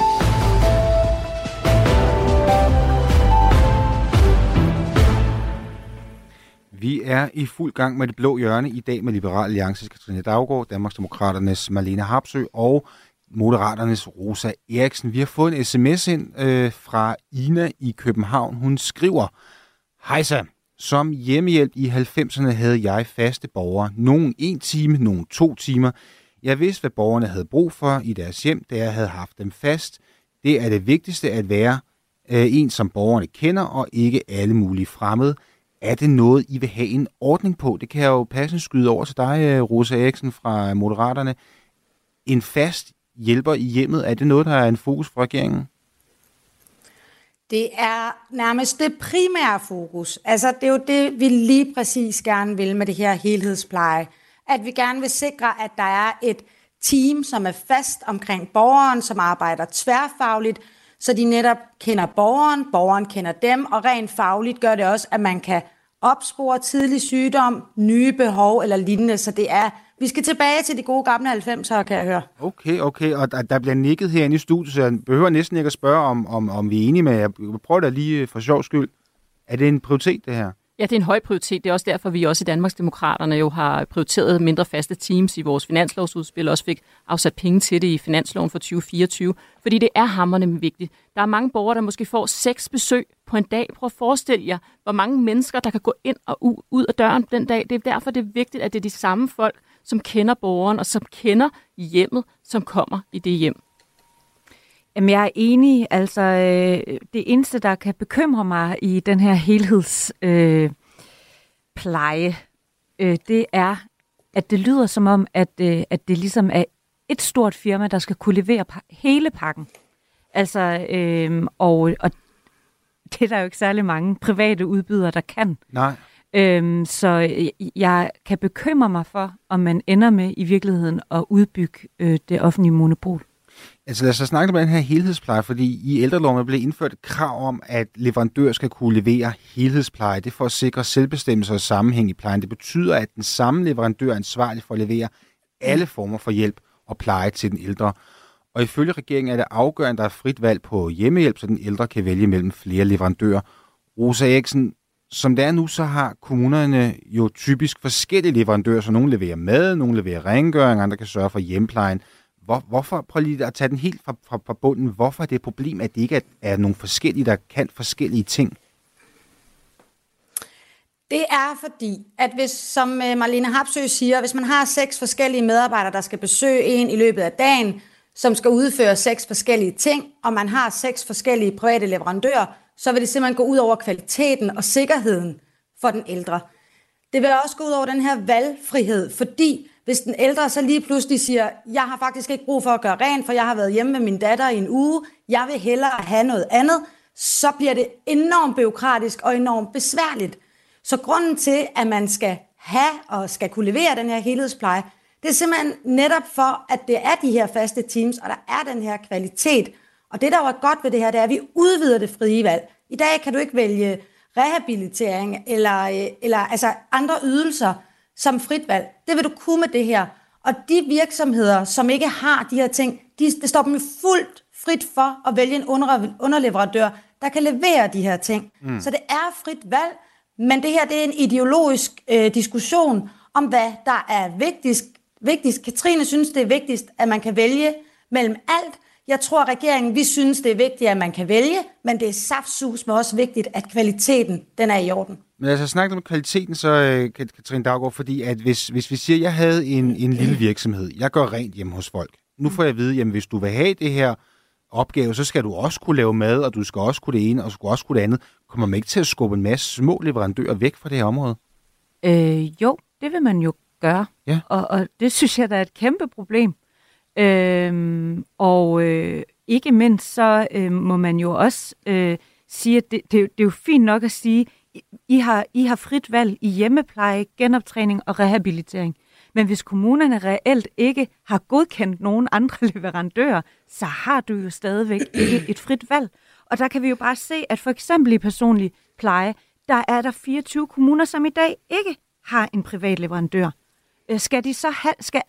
Vi er i fuld gang med Det Blå Hjørne i dag med Liberal Alliances Katrine Daugaard, Danmarksdemokraternes Marlene Harpsøe og Moderaternes Rosa Eriksen. Vi har fået en sms ind øh, fra Ina i København. Hun skriver: Hejsa, som hjemmehjælp i halvfemserne havde jeg faste borgere. Nogen en time, nogen to timer. Jeg vidste, hvad borgerne havde brug for i deres hjem, da jeg havde haft dem fast. Det er det vigtigste at være øh, en, som borgerne kender, og ikke alle mulige fremmede. Er det noget, I vil have en ordning på? Det kan jeg jo passende skyde over til dig, Rosa Eriksen fra Moderaterne. En fast hjælper i hjemmet, er det noget, der er en fokus for regeringen? Det er nærmest det primære fokus. Altså, det er jo det, vi lige præcis gerne vil med det her helhedspleje. At vi gerne vil sikre, at der er et team, som er fast omkring borgeren, som arbejder tværfagligt, så de netop kender borgeren, borgeren kender dem, og rent fagligt gør det også, at man kan opspore tidlig sygdom, nye behov eller lignende. Så det er, vi skal tilbage til de gode gamle halvfemsere, kan jeg høre. Okay, okay, og der, der bliver nikket herinde i studiet, så jeg behøver næsten ikke at spørge, om, om, om vi er enige med. Jeg prøver da lige for sjov skyld. Er det en prioritet, det her? Ja, det er en høj prioritet. Det er også derfor, vi også i Danmarksdemokraterne jo har prioriteret mindre faste teams i vores finanslovsudspil, og også fik afsat penge til det i finansloven for tyve fireogtyve, fordi det er hamrende vigtigt. Der er mange borgere, der måske får seks besøg på en dag. Prøv at forestille jer, hvor mange mennesker, der kan gå ind og ud af døren den dag. Det er derfor, det er vigtigt, at det er de samme folk, som kender borgeren, og som kender hjemmet, som kommer i det hjem. Jamen, jeg er enig. Altså, øh, det eneste, der kan bekymre mig i den her helhedspleje, øh, øh, det er, at det lyder som om, at, øh, at det ligesom er et stort firma, der skal kunne levere pa- hele pakken. Altså, øh, og, og det er der jo ikke særlig mange private udbydere, der kan. Nej. Øhm, så jeg kan bekymre mig for, om man ender med i virkeligheden at udbygge øh, det offentlige monopol. Altså lad os så snakke om den her helhedspleje, fordi i ældreloven blev indført et krav om, at leverandør skal kunne levere helhedspleje. Det er for at sikre selvbestemmelse og sammenhæng i plejen. Det betyder, at den samme leverandør er ansvarlig for at levere alle former for hjælp og pleje til den ældre. Og ifølge regeringen er det afgørende, at der er frit valg på hjemmehjælp, så den ældre kan vælge mellem flere leverandører. Rosa Eriksen, som det er nu, så har kommunerne jo typisk forskellige leverandører, så nogle leverer mad, nogle leverer rengøring, andre kan sørge for hjemplejen. Hvor, hvorfor, prøv lige at tage den helt fra, fra, fra bunden, hvorfor er det et problem, at det ikke er, er nogle forskellige, der kan forskellige ting? Det er fordi, at hvis, som Marlene Harpsøe siger, hvis man har seks forskellige medarbejdere, der skal besøge en i løbet af dagen, som skal udføre seks forskellige ting, og man har seks forskellige private leverandører, så vil det simpelthen gå ud over kvaliteten og sikkerheden for den ældre. Det vil også gå ud over den her valgfrihed, fordi hvis den ældre så lige pludselig siger, jeg har faktisk ikke brug for at gøre rent, for jeg har været hjemme med min datter i en uge, jeg vil hellere have noget andet, så bliver det enormt bureaukratisk og enormt besværligt. Så grunden til, at man skal have og skal kunne levere den her helhedspleje, det er simpelthen netop for, at det er de her faste teams, og der er den her kvalitet. Og det, der var godt ved det her, det er, at vi udvider det frie valg. I dag kan du ikke vælge rehabilitering eller, eller altså andre ydelser som frit valg. Det vil du kunne med det her. Og de virksomheder, som ikke har de her ting, de, det står dem fuldt frit for at vælge en under, underleverandør, der kan levere de her ting. Mm. Så det er frit valg, men det her det er en ideologisk øh, diskussion om, hvad der er vigtigst. vigtigst. Katrine synes, det er vigtigst, at man kan vælge mellem alt. Jeg tror, at regeringen, vi synes, det er vigtigt, at man kan vælge, men det er saftsus, men også vigtigt, at kvaliteten, den er i orden. Men altså, snakke om kvaliteten, så Katrine Daugaard, fordi at hvis, hvis vi siger, at jeg havde en, en lille virksomhed, jeg gør rent hjemme hos folk. Nu får jeg at vide, at hvis du vil have det her opgave, så skal du også kunne lave mad, og du skal også kunne det ene, og du skal også kunne det andet. Kommer man ikke til at skubbe en masse små leverandører væk fra det her område? Øh, jo, det vil man jo gøre, ja. og, og det synes jeg, der er et kæmpe problem. Øhm, og øh, ikke mindst så øh, må man jo også øh, sige, at det, det, det er jo fint nok at sige, I har, I har frit valg i hjemmepleje, genoptræning og rehabilitering. Men hvis kommunerne reelt ikke har godkendt nogen andre leverandører, så har du jo stadigvæk ikke et frit valg. Og der kan vi jo bare se, at for eksempel i personlig pleje, der er der fireogtyve kommuner, som i dag ikke har en privat leverandør. Skal, de så have, skal alle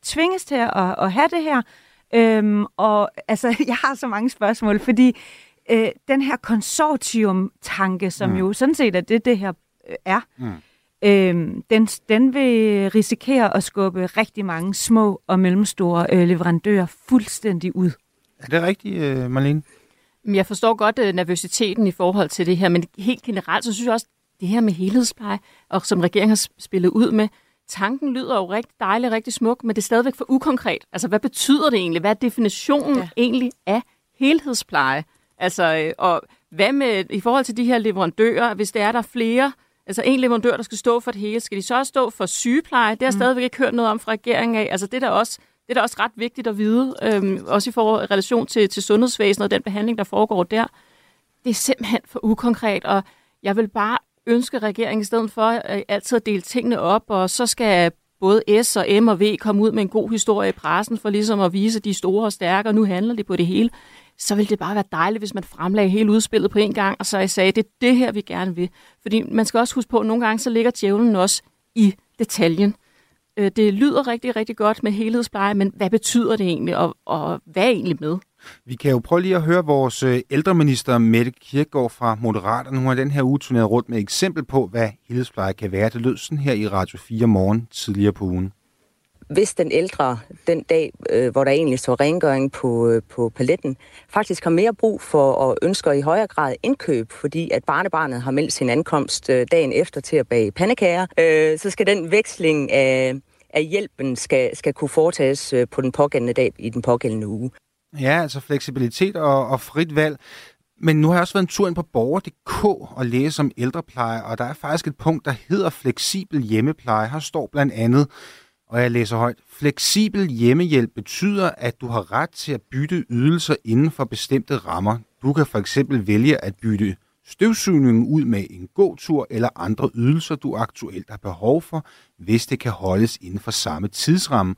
tvinges til at, at have det her? Øhm, og altså, jeg har så mange spørgsmål, fordi øh, den her konsortium-tanke, som mm. jo sådan set er det, det her øh, er, mm. øhm, den, den vil risikere at skubbe rigtig mange små og mellemstore øh, leverandører fuldstændig ud. Er det rigtigt, øh, Marlene? Jeg forstår godt uh, nervøsiteten i forhold til det her, men helt generelt, så synes jeg også, det her med helhedspleje, og som regeringen har spillet ud med, tanken lyder jo rigtig dejlig, rigtig smuk, men det er stadigvæk for ukonkret. Altså, hvad betyder det egentlig? Hvad er definitionen ja. egentlig af helhedspleje? Altså, og hvad med, i forhold til de her leverandører, hvis det er, der er flere, altså en leverandør, der skal stå for det hele, skal de så også stå for sygepleje? Det har jeg mm. stadigvæk ikke hørt noget om fra regeringen af. Altså, det er da også, det er da også ret vigtigt at vide, øhm, også i forhold, relation til, til sundhedsvæsenet og den behandling, der foregår der. Det er simpelthen for ukonkret, og jeg vil bare ønske regeringen i stedet for at altid at dele tingene op, og så skal både S og M og V komme ud med en god historie i pressen for ligesom at vise, at de er store og stærke, og nu handler de på det hele. Så ville det bare være dejligt, hvis man fremlagde hele udspillet på en gang, og så jeg sagde, det er det her, vi gerne vil. Fordi man skal også huske på, at nogle gange så ligger djævlen også i detaljen. Det lyder rigtig, rigtig godt med helhedspleje, men hvad betyder det egentlig, og, og hvad er egentlig med? Vi kan jo prøve lige at høre vores ældreminister Mette Kierkgaard fra Moderaterne. Hun har den her uge turneret rundt med eksempel på, hvad helhedspleje kan være. Det lød sådan her i Radio fire morgen tidligere på ugen. Hvis den ældre den dag, øh, hvor der egentlig står rengøring på, øh, på paletten, faktisk har mere brug for og ønsker i højere grad indkøb, fordi at barnebarnet har meldt sin ankomst øh, dagen efter til at bage pandekager, øh, så skal den veksling af, af hjælpen skal, skal kunne foretages øh, på den pågældende dag i den pågældende uge. Ja, altså fleksibilitet og, og frit valg. Men nu har jeg også været en tur ind på borger punktum d k og læse om ældrepleje, og der er faktisk et punkt, der hedder fleksibel hjemmepleje. Her står blandt andet, og jeg læser højt, fleksibel hjemmehjælp betyder, at du har ret til at bytte ydelser inden for bestemte rammer. Du kan for eksempel vælge at bytte støvsugningen ud med en gåtur eller andre ydelser, du aktuelt har behov for, hvis det kan holdes inden for samme tidsramme.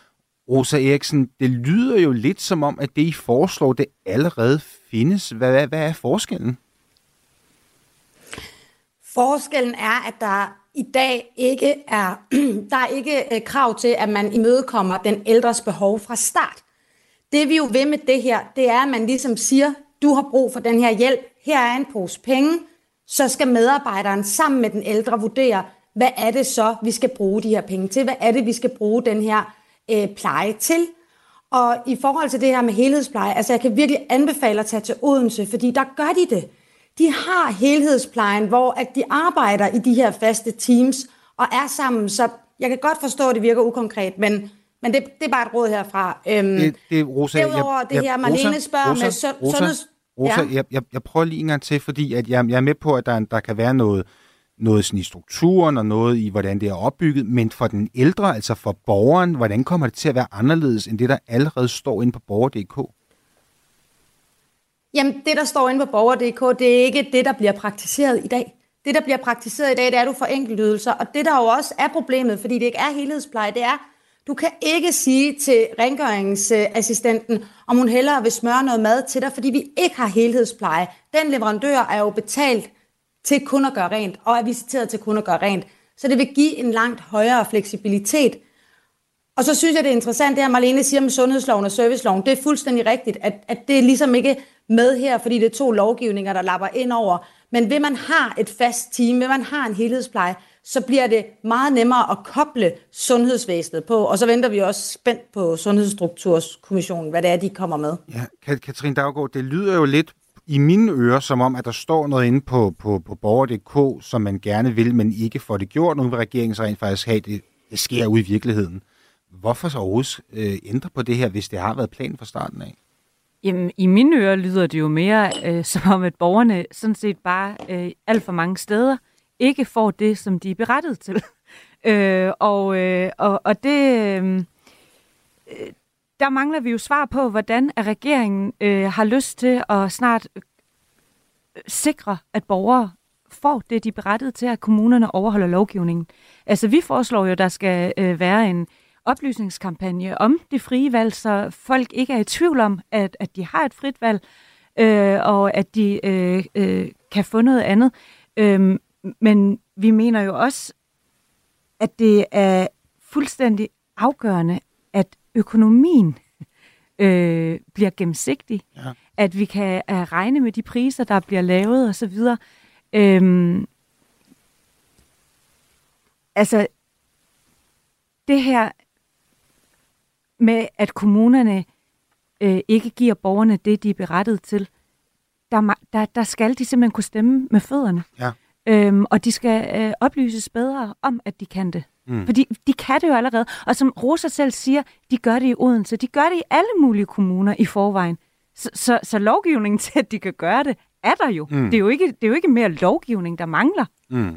Rosa Eriksen, det lyder jo lidt som om, at det I foreslår, det allerede findes. Hvad, hvad, hvad er forskellen? Forskellen er, at der i dag ikke er, der er ikke krav til, at man imødekommer den ældres behov fra start. Det vi jo vil med det her, det er, at man ligesom siger, du har brug for den her hjælp, her er en pose penge, så skal medarbejderen sammen med den ældre vurdere, hvad er det så, vi skal bruge de her penge til? Hvad er det, vi skal bruge den her øh, pleje til? Og i forhold til det her med helhedspleje, altså jeg kan virkelig anbefale at tage til Odense, fordi der gør de det. De har helhedsplejen, hvor at de arbejder i de her faste teams og er sammen. Så jeg kan godt forstå, at det virker ukonkret, men, men det, det er bare et råd herfra. Øhm, det, det, Rosa, derudover jeg, det jeg, her, Marlene Rosa, spørger Rosa, med sø- Rosa, sundheds... Rosa, ja. jeg, jeg, jeg prøver lige en gang til, fordi at jeg, jeg er med på, at der, der kan være noget, noget sådan i strukturen og noget i, hvordan det er opbygget, men for den ældre, altså for borgeren, hvordan kommer det til at være anderledes end det, der allerede står inde på borger punktum d k? Jamen, det, der står inde på borger punktum d k, det er ikke det, der bliver praktiseret i dag. Det, der bliver praktiseret i dag, det er, at du får enkeltydelser. Og det, der jo også er problemet, fordi det ikke er helhedspleje, det er, du kan ikke sige til rengøringsassistenten, om hun hellere vil smøre noget mad til dig, fordi vi ikke har helhedspleje. Den leverandør er jo betalt til kun at gøre rent, og er visiteret til kun at gøre rent. Så det vil give en langt højere fleksibilitet. Og så synes jeg, det er interessant, det her Marlene siger med sundhedsloven og serviceloven. Det er fuldstændig rigtigt, at, at det er ligesom ikke med her, fordi det er to lovgivninger, der lapper ind over. Men ved man har et fast team, ved man har en helhedspleje, så bliver det meget nemmere at koble sundhedsvæsenet på. Og så venter vi også spændt på Sundhedsstrukturkommissionen, hvad det er, de kommer med. Ja, Katrine Daugaard, det lyder jo lidt i mine ører, som om, at der står noget inde på, på, på borger punktum d k, som man gerne vil, men ikke får det gjort. Nu vil regeringen så rent faktisk have, det, det sker ude i virkeligheden. Hvorfor så overhovedet øh, ændre på det her, hvis det har været planen fra starten af? Jamen, i mine ører lyder det jo mere øh, som om, at borgerne sådan set bare øh, alt for mange steder ikke får det, som de er berettiget til. øh, og, øh, og, og det... Øh, der mangler vi jo svar på, hvordan at regeringen øh, har lyst til at snart øh, sikre, at borgere får det, de er berettiget til, at kommunerne overholder lovgivningen. Altså, vi foreslår jo, at der skal øh, være en oplysningskampagne om det frie valg, så folk ikke er i tvivl om, at, at de har et frit valg, øh, og at de øh, øh, kan få noget andet. Øh, men vi mener jo også, at det er fuldstændig afgørende, at økonomien øh, bliver gennemsigtig, Ja. at vi kan uh, regne med de priser, der bliver lavet osv. Øhm, altså, det her med, at kommunerne øh, ikke giver borgerne det, de er berettiget til, der, der, der skal de simpelthen kunne stemme med fødderne. Ja. Øhm, og de skal øh, oplyses bedre om, at de kan det. Mm. Fordi de kan det jo allerede. Og som Rosa selv siger, de gør det i Odense. De gør det i alle mulige kommuner i forvejen. Så, så, så lovgivningen til, at de kan gøre det, er der jo. Mm. Det, er jo ikke, det er jo ikke mere lovgivning, der mangler. Mm.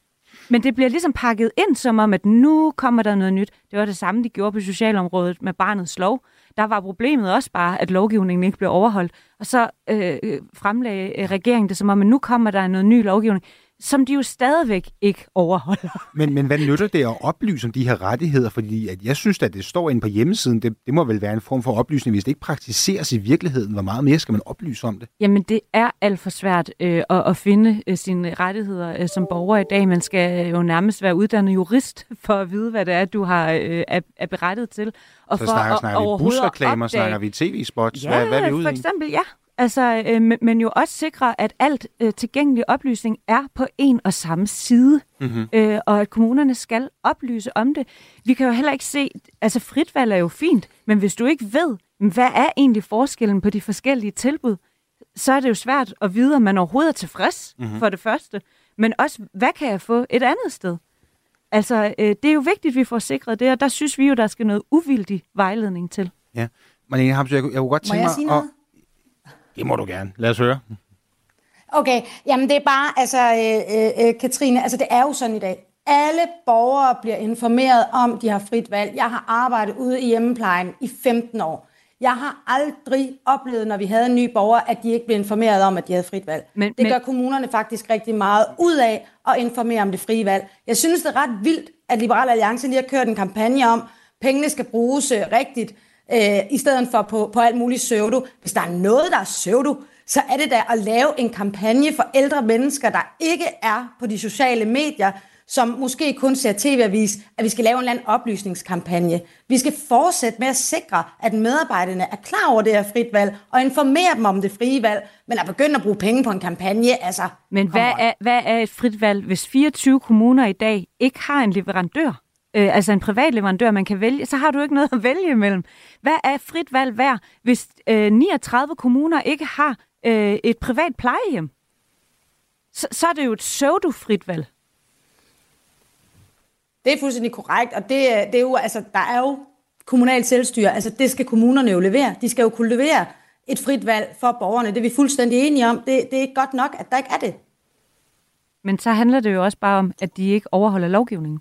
Men det bliver ligesom pakket ind, som om, at nu kommer der noget nyt. Det var det samme, de gjorde på socialområdet med barnets lov. Der var problemet også bare, at lovgivningen ikke blev overholdt. Og så øh, fremlagde regeringen det som om, at nu kommer der noget ny lovgivning, som de jo stadigvæk ikke overholder. Men, men hvad nytter det at oplyse om de her rettigheder? Fordi at jeg synes, at det står inde på hjemmesiden, det, det må vel være en form for oplysning, hvis det ikke praktiseres i virkeligheden. Hvor meget mere skal man oplyse om det? Jamen, det er alt for svært øh, at, at finde øh, sine rettigheder øh, som borger i dag. Man skal jo nærmest være uddannet jurist for at vide, hvad det er, du har øh, er, er berettiget til. Og så for snakker, at, snakker vi busreklamer, snakker vi tv-spots? Ja, hvad, hvad er vi ude for eksempel, ja. Altså, øh, men, men jo også sikre, at alt øh, tilgængelig oplysning er på en og samme side, mm-hmm. øh, og at kommunerne skal oplyse om det. Vi kan jo heller ikke se, altså fritvalg er jo fint, men hvis du ikke ved, hvad er egentlig forskellen på de forskellige tilbud, så er det jo svært at vide, om man overhovedet er tilfreds mm-hmm. for det første, men også, hvad kan jeg få et andet sted? Altså, øh, det er jo vigtigt, at vi får sikret det, og der synes vi jo, der skal noget uvildig vejledning til. Ja, Marlene Harpsøe, jeg, jeg kunne godt tænke mig at... Det må du gerne. Lad os høre. Okay, jamen det er bare, altså øh, øh, Katrine, altså det er jo sådan i dag. Alle borgere bliver informeret om, de har frit valg. Jeg har arbejdet ude i hjemmeplejen i femten år. Jeg har aldrig oplevet, når vi havde en ny borger, at de ikke blev informeret om, at de havde frit valg. Men, det men... gør kommunerne faktisk rigtig meget ud af at informere om det frie valg. Jeg synes, det er ret vildt, at Liberal Alliance lige har kørt en kampagne om, at pengene skal bruges øh, rigtigt, Øh, i stedet for på, på alt muligt pseudo. Hvis der er noget, der er pseudo, så er det da at lave en kampagne for ældre mennesker, der ikke er på de sociale medier, som måske kun ser tv-avis, at vi skal lave en eller anden oplysningskampagne. Vi skal fortsætte med at sikre, at medarbejderne er klar over det her frit valg, og informere dem om det frie valg, men at begynde at bruge penge på en kampagne, altså... Men hvad er, hvad er et frit valg, hvis fireogtyve kommuner i dag ikke har en leverandør? Øh, altså en privat leverandør, man kan vælge, så har du ikke noget at vælge imellem. Hvad er frit valg værd, hvis øh, niogtredive kommuner ikke har øh, et privat plejehjem? Så, så er det jo et pseudo-frit valg. Det er fuldstændig korrekt, og det, det er jo, altså, der er jo kommunalt selvstyre, altså det skal kommunerne jo levere. De skal jo kunne levere et frit valg for borgerne. Det er vi fuldstændig enige om. Det, det er ikke godt nok, at der ikke er det. Men så handler det jo også bare om, at de ikke overholder lovgivningen.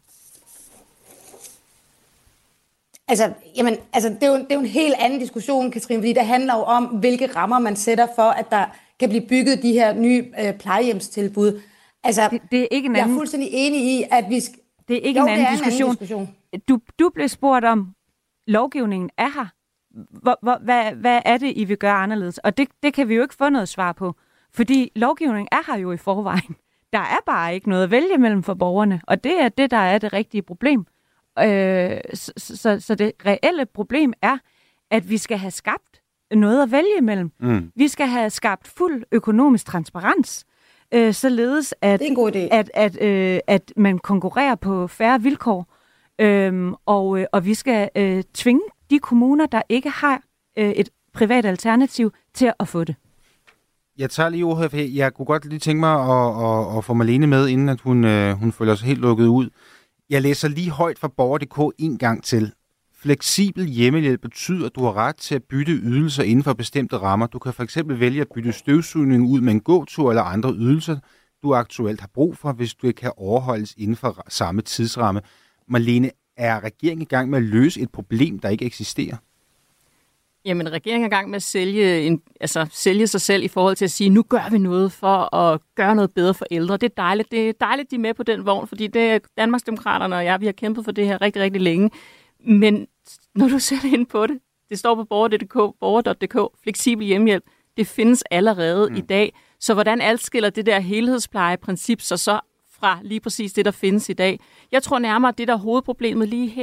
Altså, jamen, altså det, er jo, det er jo en helt anden diskussion, Katrine, fordi det handler jo om, hvilke rammer man sætter for, at der kan blive bygget de her nye øh, plejehjemstilbud. Altså, det, det er ikke en anden... Jeg er fuldstændig enig i, at vi skal... Det er ikke jo, en, anden, er en diskussion. anden diskussion. Du, du blev spurgt om, lovgivningen er her. Hvor, hvor, hvad, hvad er det, I vil gøre anderledes? Og det, det kan vi jo ikke få noget svar på, fordi lovgivningen er her jo i forvejen. Der er bare ikke noget at vælge mellem for borgerne, og det er det, der er det rigtige problem. Øh, så, så, så det reelle problem er, at vi skal have skabt noget at vælge imellem. Mm. Vi skal have skabt fuld økonomisk transparens, øh, således at, at, at, øh, at man konkurrerer på færre vilkår, øh, og, og vi skal øh, tvinge de kommuner, der ikke har øh, et privat alternativ, til at få det. Jeg tager lige ordet her. Jeg kunne godt lige tænke mig at, at, at få Marlene med, inden at hun, øh, hun føler sig helt lukket ud. Jeg læser lige højt fra borger punktum d k en gang til. Fleksibel hjemmehjælp betyder, at du har ret til at bytte ydelser inden for bestemte rammer. Du kan fx vælge at bytte støvsugning ud med en gåtur eller andre ydelser, du aktuelt har brug for, hvis du ikke kan overholdes inden for samme tidsramme. Marlene, er regeringen i gang med at løse et problem, der ikke eksisterer? Jamen, regeringen er i gang med at sælge, en, altså, sælge sig selv i forhold til at sige, nu gør vi noget for at gøre noget bedre for ældre. Det er dejligt, det er dejligt, de er med på den vogn, fordi det er Danmarksdemokraterne og jeg, vi har kæmpet for det her rigtig, rigtig længe. Men når du sætter ind på det, det står på borger punktum d k, borger punktum d k, fleksibel hjemmehjælp, det findes allerede mm. i dag. Så hvordan adskiller det der helhedsplejeprincip sig så fra lige præcis det, der findes i dag? Jeg tror nærmere, at det der er hovedproblemet lige her,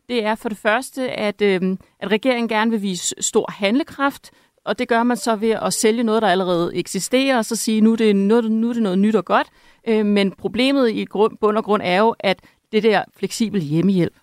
det er for det første, at, øh, at regeringen gerne vil vise stor handlekraft, og det gør man så ved at sælge noget, der allerede eksisterer, og så sige, nu er det noget, nu er det noget nyt og godt. Øh, men problemet i grund, bund og grund er jo, at det der fleksibel hjemmehjælp,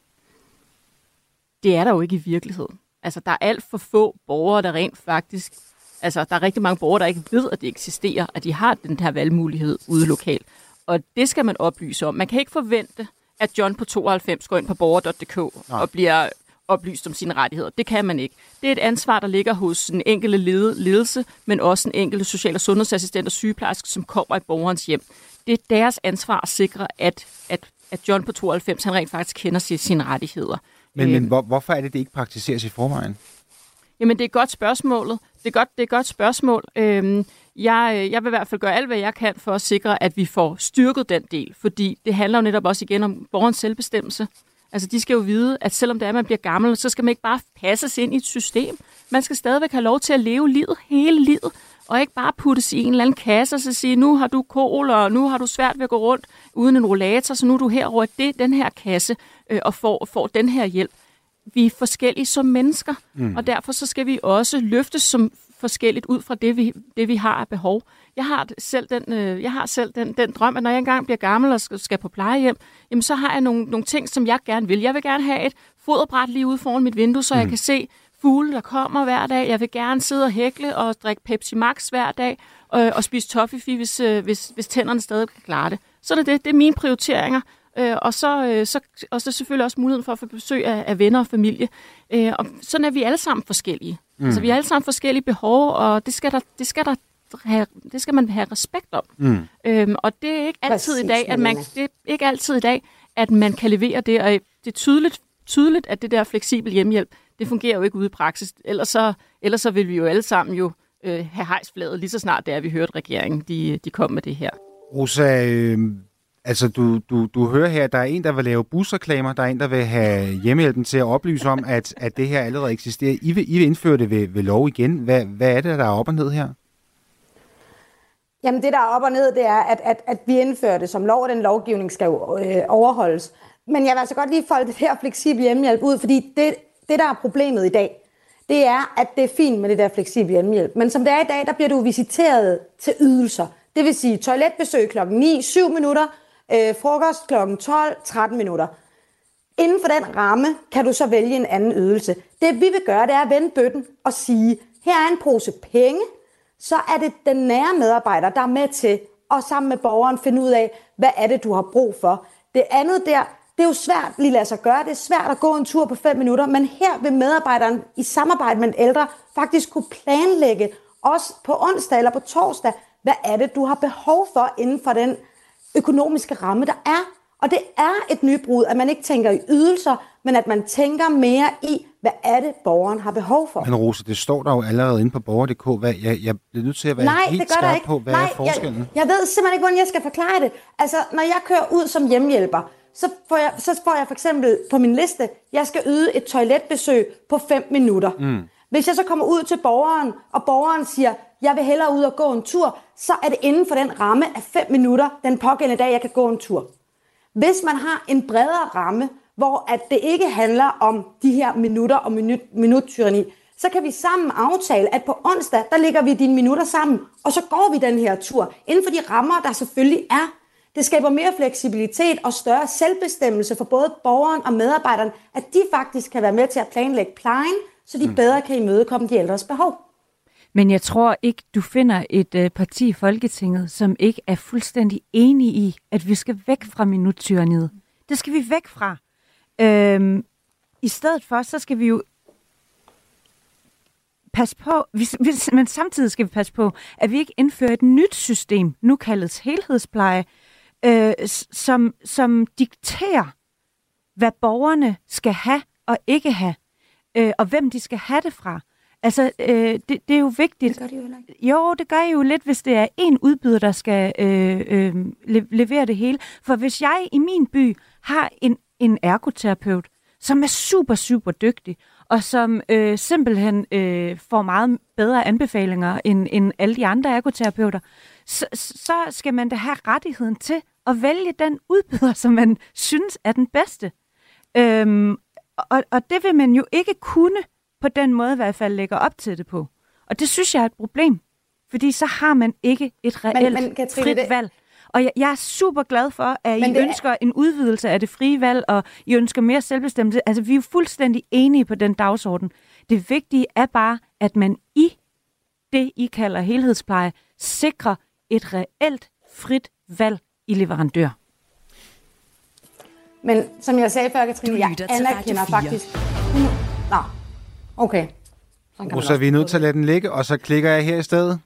det er der jo ikke i virkeligheden. Altså, der er alt for få borgere, der rent faktisk... Altså, der er rigtig mange borgere, der ikke ved, at det eksisterer, at de har den her valgmulighed ude lokalt. Og det skal man oplyse om. Man kan ikke forvente, at John på tooghalvfems går ind på borger punktum d k Nej. og bliver oplyst om sine rettigheder. Det kan man ikke. Det er et ansvar, der ligger hos en enkelte ledelse, men også en enkelte social- og sundhedsassistent og sygeplejerske, som kommer i borgerens hjem. Det er deres ansvar at sikre, at, at, at John på tooghalvfems, han rent faktisk kender sine rettigheder. Men, men hvor, hvorfor er det, det ikke praktiseres i forvejen? Jamen, det er et godt spørgsmål. Det er godt, det er et godt spørgsmål. Øhm, jeg, jeg vil i hvert fald gøre alt, hvad jeg kan for at sikre, at vi får styrket den del, fordi det handler jo netop også igen om borgerens selvbestemmelse. Altså, de skal jo vide, at selvom det er, at man bliver gammel, så skal man ikke bare passes ind i et system. Man skal stadigvæk have lov til at leve livet hele livet, og ikke bare puttes i en eller anden kasse og så sige, nu har du kol, og nu har du svært ved at gå rundt uden en rollator, så nu er du herovre i det, den her kasse øh, og får, får den her hjælp. Vi er forskellige som mennesker, mm. og derfor så skal vi også løftes som forskelligt ud fra det, vi, det, vi har af behov. Jeg har selv, den, øh, jeg har selv den, den drøm, at når jeg engang bliver gammel og skal, skal på plejehjem, jamen så har jeg nogle, nogle ting, som jeg gerne vil. Jeg vil gerne have et foderbræt lige ude foran mit vindue, så mm. jeg kan se fugle, der kommer hver dag. Jeg vil gerne sidde og hækle og drikke Pepsi Max hver dag øh, og spise toffifee, hvis, øh, hvis, hvis tænderne stadig kan klare det. Så er det det. Det er mine prioriteringer. Øh, og, så, øh, så, og så selvfølgelig også muligheden for at få besøg af, af venner og familie. Øh, og sådan er vi alle sammen forskellige. Mm. Altså, vi har alle sammen forskellige behov, og det skal, der, det skal, der have, det skal man have respekt om. Mm. Øhm, og det er ikke altid Præcis, i dag, at man, det er ikke altid i dag, at man kan levere det. Og det er tydeligt, tydeligt, at det der fleksibel hjemmehjælp, det fungerer jo ikke ude i praksis. Ellers så, ellers så vil vi jo alle sammen jo øh, have hejsflaget, lige så snart det er, vi hørte regeringen, de, de kom med det her. Rosa, øh, altså du, du, du hører her, at der er en, der vil lave busreklamer, der er en, der vil have hjemmehjælpen til at oplyse om, at, at det her allerede eksisterer. I vil, I vil indføre det ved, ved lov igen. Hvad, hvad er det, der er op og ned her? Jamen det, der er op og ned, det er, at, at, at vi indfører det som lov, og den lovgivning skal jo øh, overholdes. Men jeg vil altså godt lige folde det her fleksible hjemmehjælp ud, fordi det, det, der er problemet i dag, det er, at det er fint med det der fleksible hjemmehjælp. Men som det er i dag, der bliver du visiteret til ydelser. Det vil sige toiletbesøg klokken ni, syv minutter, øh, frokost klokken tolv, tretten minutter. Inden for den ramme kan du så vælge en anden ydelse. Det vi vil gøre, det er at vende bøtten og sige, her er en pose penge, så er det den nære medarbejder, der er med til at sammen med borgeren finde ud af, hvad er det, du har brug for. Det andet der, det er jo svært lige lade sig gøre. Det er svært at gå en tur på fem minutter, men her vil medarbejderen i samarbejde med den ældre faktisk kunne planlægge, også på onsdag eller på torsdag, hvad er det, du har behov for inden for den økonomiske ramme, der er. Og det er et nybrud, at man ikke tænker i ydelser, men at man tænker mere i, hvad er det, borgeren har behov for. Men Rosa, det står der jo allerede inde på borger punktum d k. Jeg, jeg bliver nødt til at være Nej, helt skarp på, hvad Nej, er forskellen? Jeg, jeg ved simpelthen ikke, hvordan jeg skal forklare det. Altså, når jeg kører ud som hjemmehjælper, så får jeg, så får jeg for eksempel på min liste, jeg skal yde et toiletbesøg på fem minutter. Mm. Hvis jeg så kommer ud til borgeren, og borgeren siger, jeg vil hellere ud og gå en tur, så er det inden for den ramme af fem minutter, den pågældende dag, jeg kan gå en tur. Hvis man har en bredere ramme, hvor at det ikke handler om de her minutter og minut, minuttyranni, så kan vi sammen aftale, at på onsdag, der lægger vi dine minutter sammen, og så går vi den her tur, inden for de rammer, der selvfølgelig er. Det skaber mere fleksibilitet og større selvbestemmelse for både borgeren og medarbejderen, at de faktisk kan være med til at planlægge plejen, så de bedre kan imødekomme de ældres behov. Men jeg tror ikke, du finder et øh, parti i Folketinget, som ikke er fuldstændig enige i, at vi skal væk fra minuttyranniet. Det skal vi væk fra. Øhm, I stedet for, så skal vi jo passe på, vi, vi, men samtidig skal vi passe på, at vi ikke indfører et nyt system, nu kaldet helhedspleje, øh, som, som dikterer, hvad borgerne skal have og ikke have, øh, og hvem de skal have det fra. Altså, øh, det, det er jo vigtigt. Det gør de jo ikke. Jo, det gør jo lidt, hvis det er en udbyder, der skal øh, øh, le- levere det hele. For hvis jeg i min by har en, en ergoterapeut, som er super, super dygtig, og som øh, simpelthen øh, får meget bedre anbefalinger end, end alle de andre ergoterapeuter, så, så skal man da have rettigheden til at vælge den udbyder, som man synes er den bedste. Øhm, Og, og det vil man jo ikke kunne på den måde i hvert fald lægger op til det på. Og det synes jeg er et problem, fordi så har man ikke et reelt men, men, Katrine, frit det... valg. Og jeg, jeg er super glad for, at men I ønsker er... en udvidelse af det frie valg, og I ønsker mere selvbestemmelse. Altså, vi er jo fuldstændig enige på den dagsorden. Det vigtige er bare, at man i det, I kalder helhedspleje, sikrer et reelt frit valg i leverandør. Men som jeg sagde før, Katrine, jeg anerkender faktisk... Nå, okay. Og så er vi nødt til at lade den ligge, og så klikker jeg her i stedet.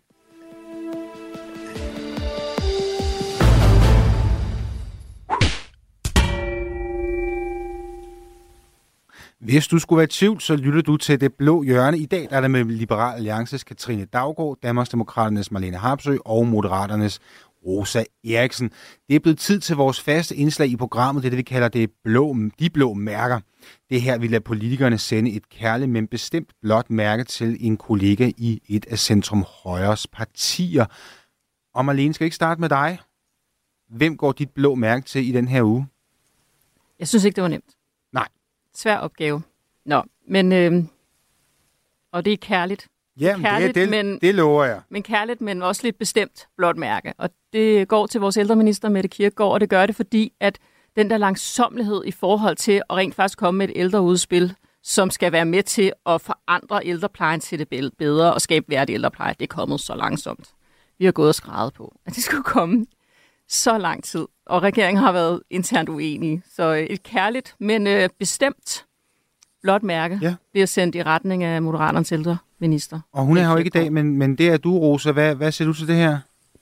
Hvis du skulle være i tvivl, så lytter du til Det Blå Hjørne. I dag der er det med Liberal Alliances Katrine Daugaard, Danmarksdemokraternes Marlene Harpsøe og Moderaternes Rosa Eriksen. Det er blevet tid til vores faste indslag i programmet. Det er det, vi kalder det blå, de blå mærker. Det er her, vi lader politikerne sende et kærligt, men bestemt blåt mærke til en kollega i et af Centrum Højres partier. Og Marlene, skal ikke starte med dig? Hvem går dit blå mærke til i den her uge? Jeg synes ikke, det var nemt. Nej. Svær opgave. Nå, men... Øh, og det er kærligt. Jamen, kærligt, det, det, men, det lover jeg. Men kærligt, men også lidt bestemt blåt mærke. Og det går til vores ældreminister, Mette Kirkegaard, og det gør det, fordi at den der langsommelighed i forhold til at rent faktisk komme med et ældreudspil, som skal være med til at forandre ældreplejen til det bedre og skabe værdig ældrepleje, det er kommet så langsomt. Vi har gået og skrevet på, at det skulle komme så lang tid, og regeringen har været internt uenige. Så et kærligt, men øh, bestemt blåt mærke ja. bliver sendt i retning af Moderaternes ældreminister. Og hun er her jo ikke i dag, men, men det er du, Rosa. Hvad, hvad siger du til det her?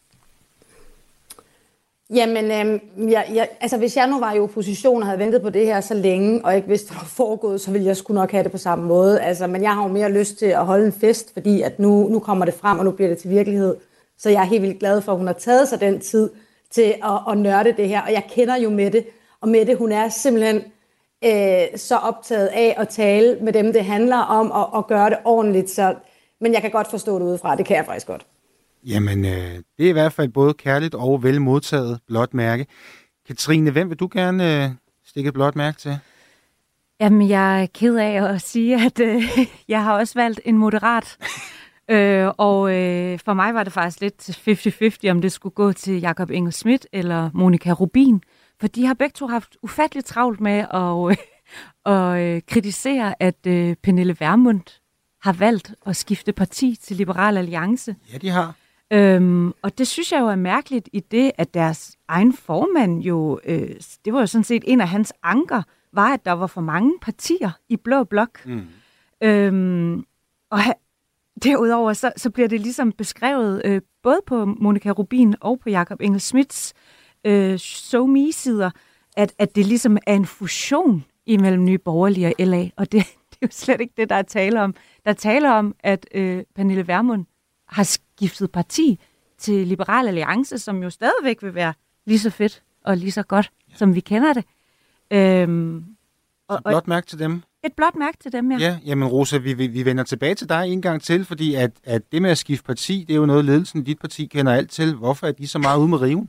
Jamen, øhm, jeg, jeg, altså hvis jeg nu var i opposition og havde ventet på det her så længe, og ikke vidste, hvad der var foregået, så ville jeg sgu nok have det på samme måde. Altså, men jeg har jo mere lyst til at holde en fest, fordi at nu, nu kommer det frem, og nu bliver det til virkelighed. Så jeg er helt vildt glad for, at hun har taget sig den tid til at, at nørde det her. Og jeg kender jo Mette, og Mette, hun er simpelthen øh, så optaget af at tale med dem, det handler om, og, og gøre det ordentligt. Så, men jeg kan godt forstå det udefra, det kan jeg faktisk godt. Jamen, øh, det er i hvert fald både kærligt og vel modtaget blåt mærke. Katrine, hvem vil du gerne øh, stikke et blåt mærke til? Jamen, jeg er ked af at sige, at øh, jeg har også valgt en moderat. øh, og øh, for mig var det faktisk lidt halvtreds halvtreds, om det skulle gå til Jakob Engel-Schmidt eller Monika Rubin. For de har begge to haft ufatteligt travlt med at, øh, at øh, kritisere, at øh, Pernille Vermund har valgt at skifte parti til Liberal Alliance. Ja, de har. Øhm, og det synes jeg jo er mærkeligt i det, at deres egen formand jo, øh, det var jo sådan set en af hans anker, var, at der var for mange partier i Blå Blok. Mm. Øhm, og derudover så, så bliver det ligesom beskrevet øh, både på Monika Rubin og på Jakob Engel-Schmidts øh, SoMe-sider, at, at det ligesom er en fusion imellem Nye Borgerlige og L A, og det, det er jo slet ikke det, der er tale om. Der er tale om, at øh, Pernille Vermund har skiftet parti til Liberal Alliance, som jo stadigvæk vil være lige så fedt og lige så godt, ja. som vi kender det. Øhm, og, et blåt mærke til dem. Et blåt mærke til dem, ja. Ja, jamen Rosa, vi, vi, vi vender tilbage til dig en gang til, fordi at, at det med at skifte parti, det er jo noget, ledelsen i dit parti kender alt til. Hvorfor er de så meget ude med riven?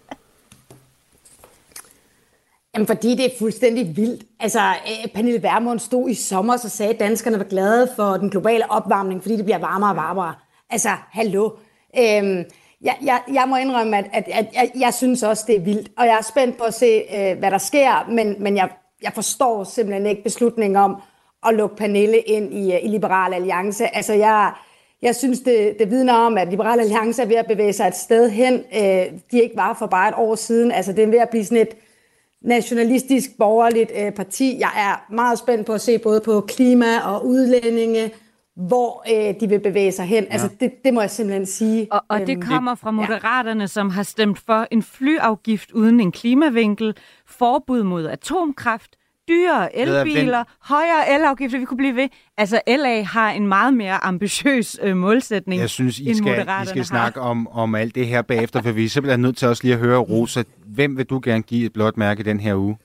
Jamen, fordi det er fuldstændig vildt. Altså, Pernille Vermund stod i sommer, så sagde, at danskerne var glade for den globale opvarmning, fordi det bliver varmere og varmere. Altså, hallo. Øhm, jeg, jeg, jeg må indrømme, at, at, at jeg, jeg synes også, det er vildt. Og jeg er spændt på at se, øh, hvad der sker, men, men jeg, jeg forstår simpelthen ikke beslutningen om at lukke Pernille ind i, i Liberal Alliance. Altså, jeg, jeg synes, det, det vidner om, at Liberal Alliance er ved at bevæge sig et sted hen, øh, de ikke var for bare et år siden. Altså, det er ved at blive sådan et nationalistisk, borgerligt øh, parti. Jeg er meget spændt på at se både på klima og udlændinge, hvor øh, de vil bevæge sig hen. Ja. Altså, det, det må jeg simpelthen sige. Og, og det kommer fra Moderaterne, ja. som har stemt for en flyafgift uden en klimavinkel, forbud mod atomkraft, dyre elbiler, højere elafgifter, vi kunne blive ved. Altså, L A har en meget mere ambitiøs øh, målsætning. Jeg synes, I skal, I skal snakke om, om alt det her bagefter, for vi er simpelthen nødt til også lige at høre, Rosa, hvem vil du gerne give et blåt mærke den her uge?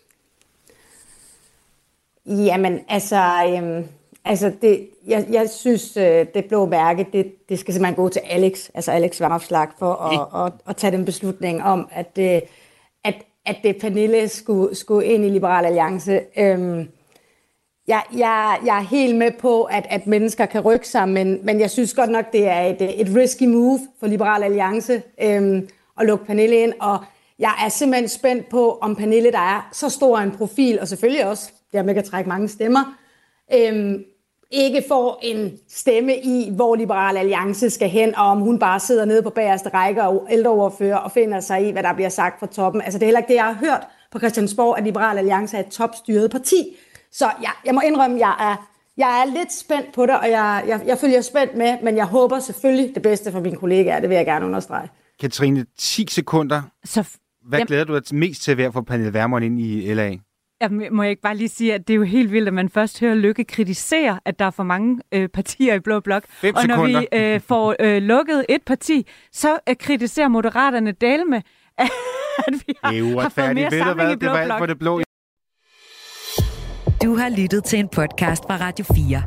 Jamen, altså... Øhm Altså, det, jeg, jeg synes, det blå mærke, det, det skal simpelthen gå til Alex, altså Alex Vanopslagh, for at, at, at tage den beslutning om, at, at, at det Pernille skulle, skulle ind i Liberal Alliance. Øhm, Jeg, jeg, jeg er helt med på, at, at mennesker kan rykke sig, men, men jeg synes godt nok, det er et, et risky move for Liberal Alliance øhm, at lukke Pernille ind, og jeg er simpelthen spændt på, om Pernille, der er så stor en profil, og selvfølgelig også, dermed kan trække mange stemmer, øhm, ikke får en stemme i, hvor Liberal Alliance skal hen, og om hun bare sidder nede på bagerste række og ældreordfører og finder sig i, hvad der bliver sagt fra toppen. Altså det er heller ikke det, jeg har hørt på Christiansborg, at Liberal Alliance er et topstyret parti. Så jeg, jeg må indrømme, at jeg er, jeg er lidt spændt på det, og jeg, jeg, jeg følger spændt med, men jeg håber selvfølgelig det bedste for mine kollegaer, det vil jeg gerne understrege. Katrine, ti sekunder. Så, hvad jamen, glæder du dig mest til at få Pernille Vermund ind i L A? Jamen, må jeg ikke bare lige sige, at det er jo helt vildt, at man først hører Løkke kritisere, at der er for mange øh, partier i Blå Blok. Fem og når sekunder. vi øh, får øh, lukket et parti, så øh, kritiserer Moderaterne Dalme, at vi har, har fået mere samling i Blå Blok. Det var alt for det blå. Du har lyttet til en podcast fra Radio fire.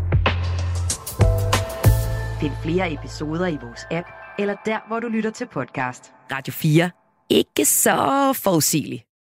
Find flere episoder i vores app, eller der, hvor du lytter til podcast. Radio fire. Ikke så forudsigeligt.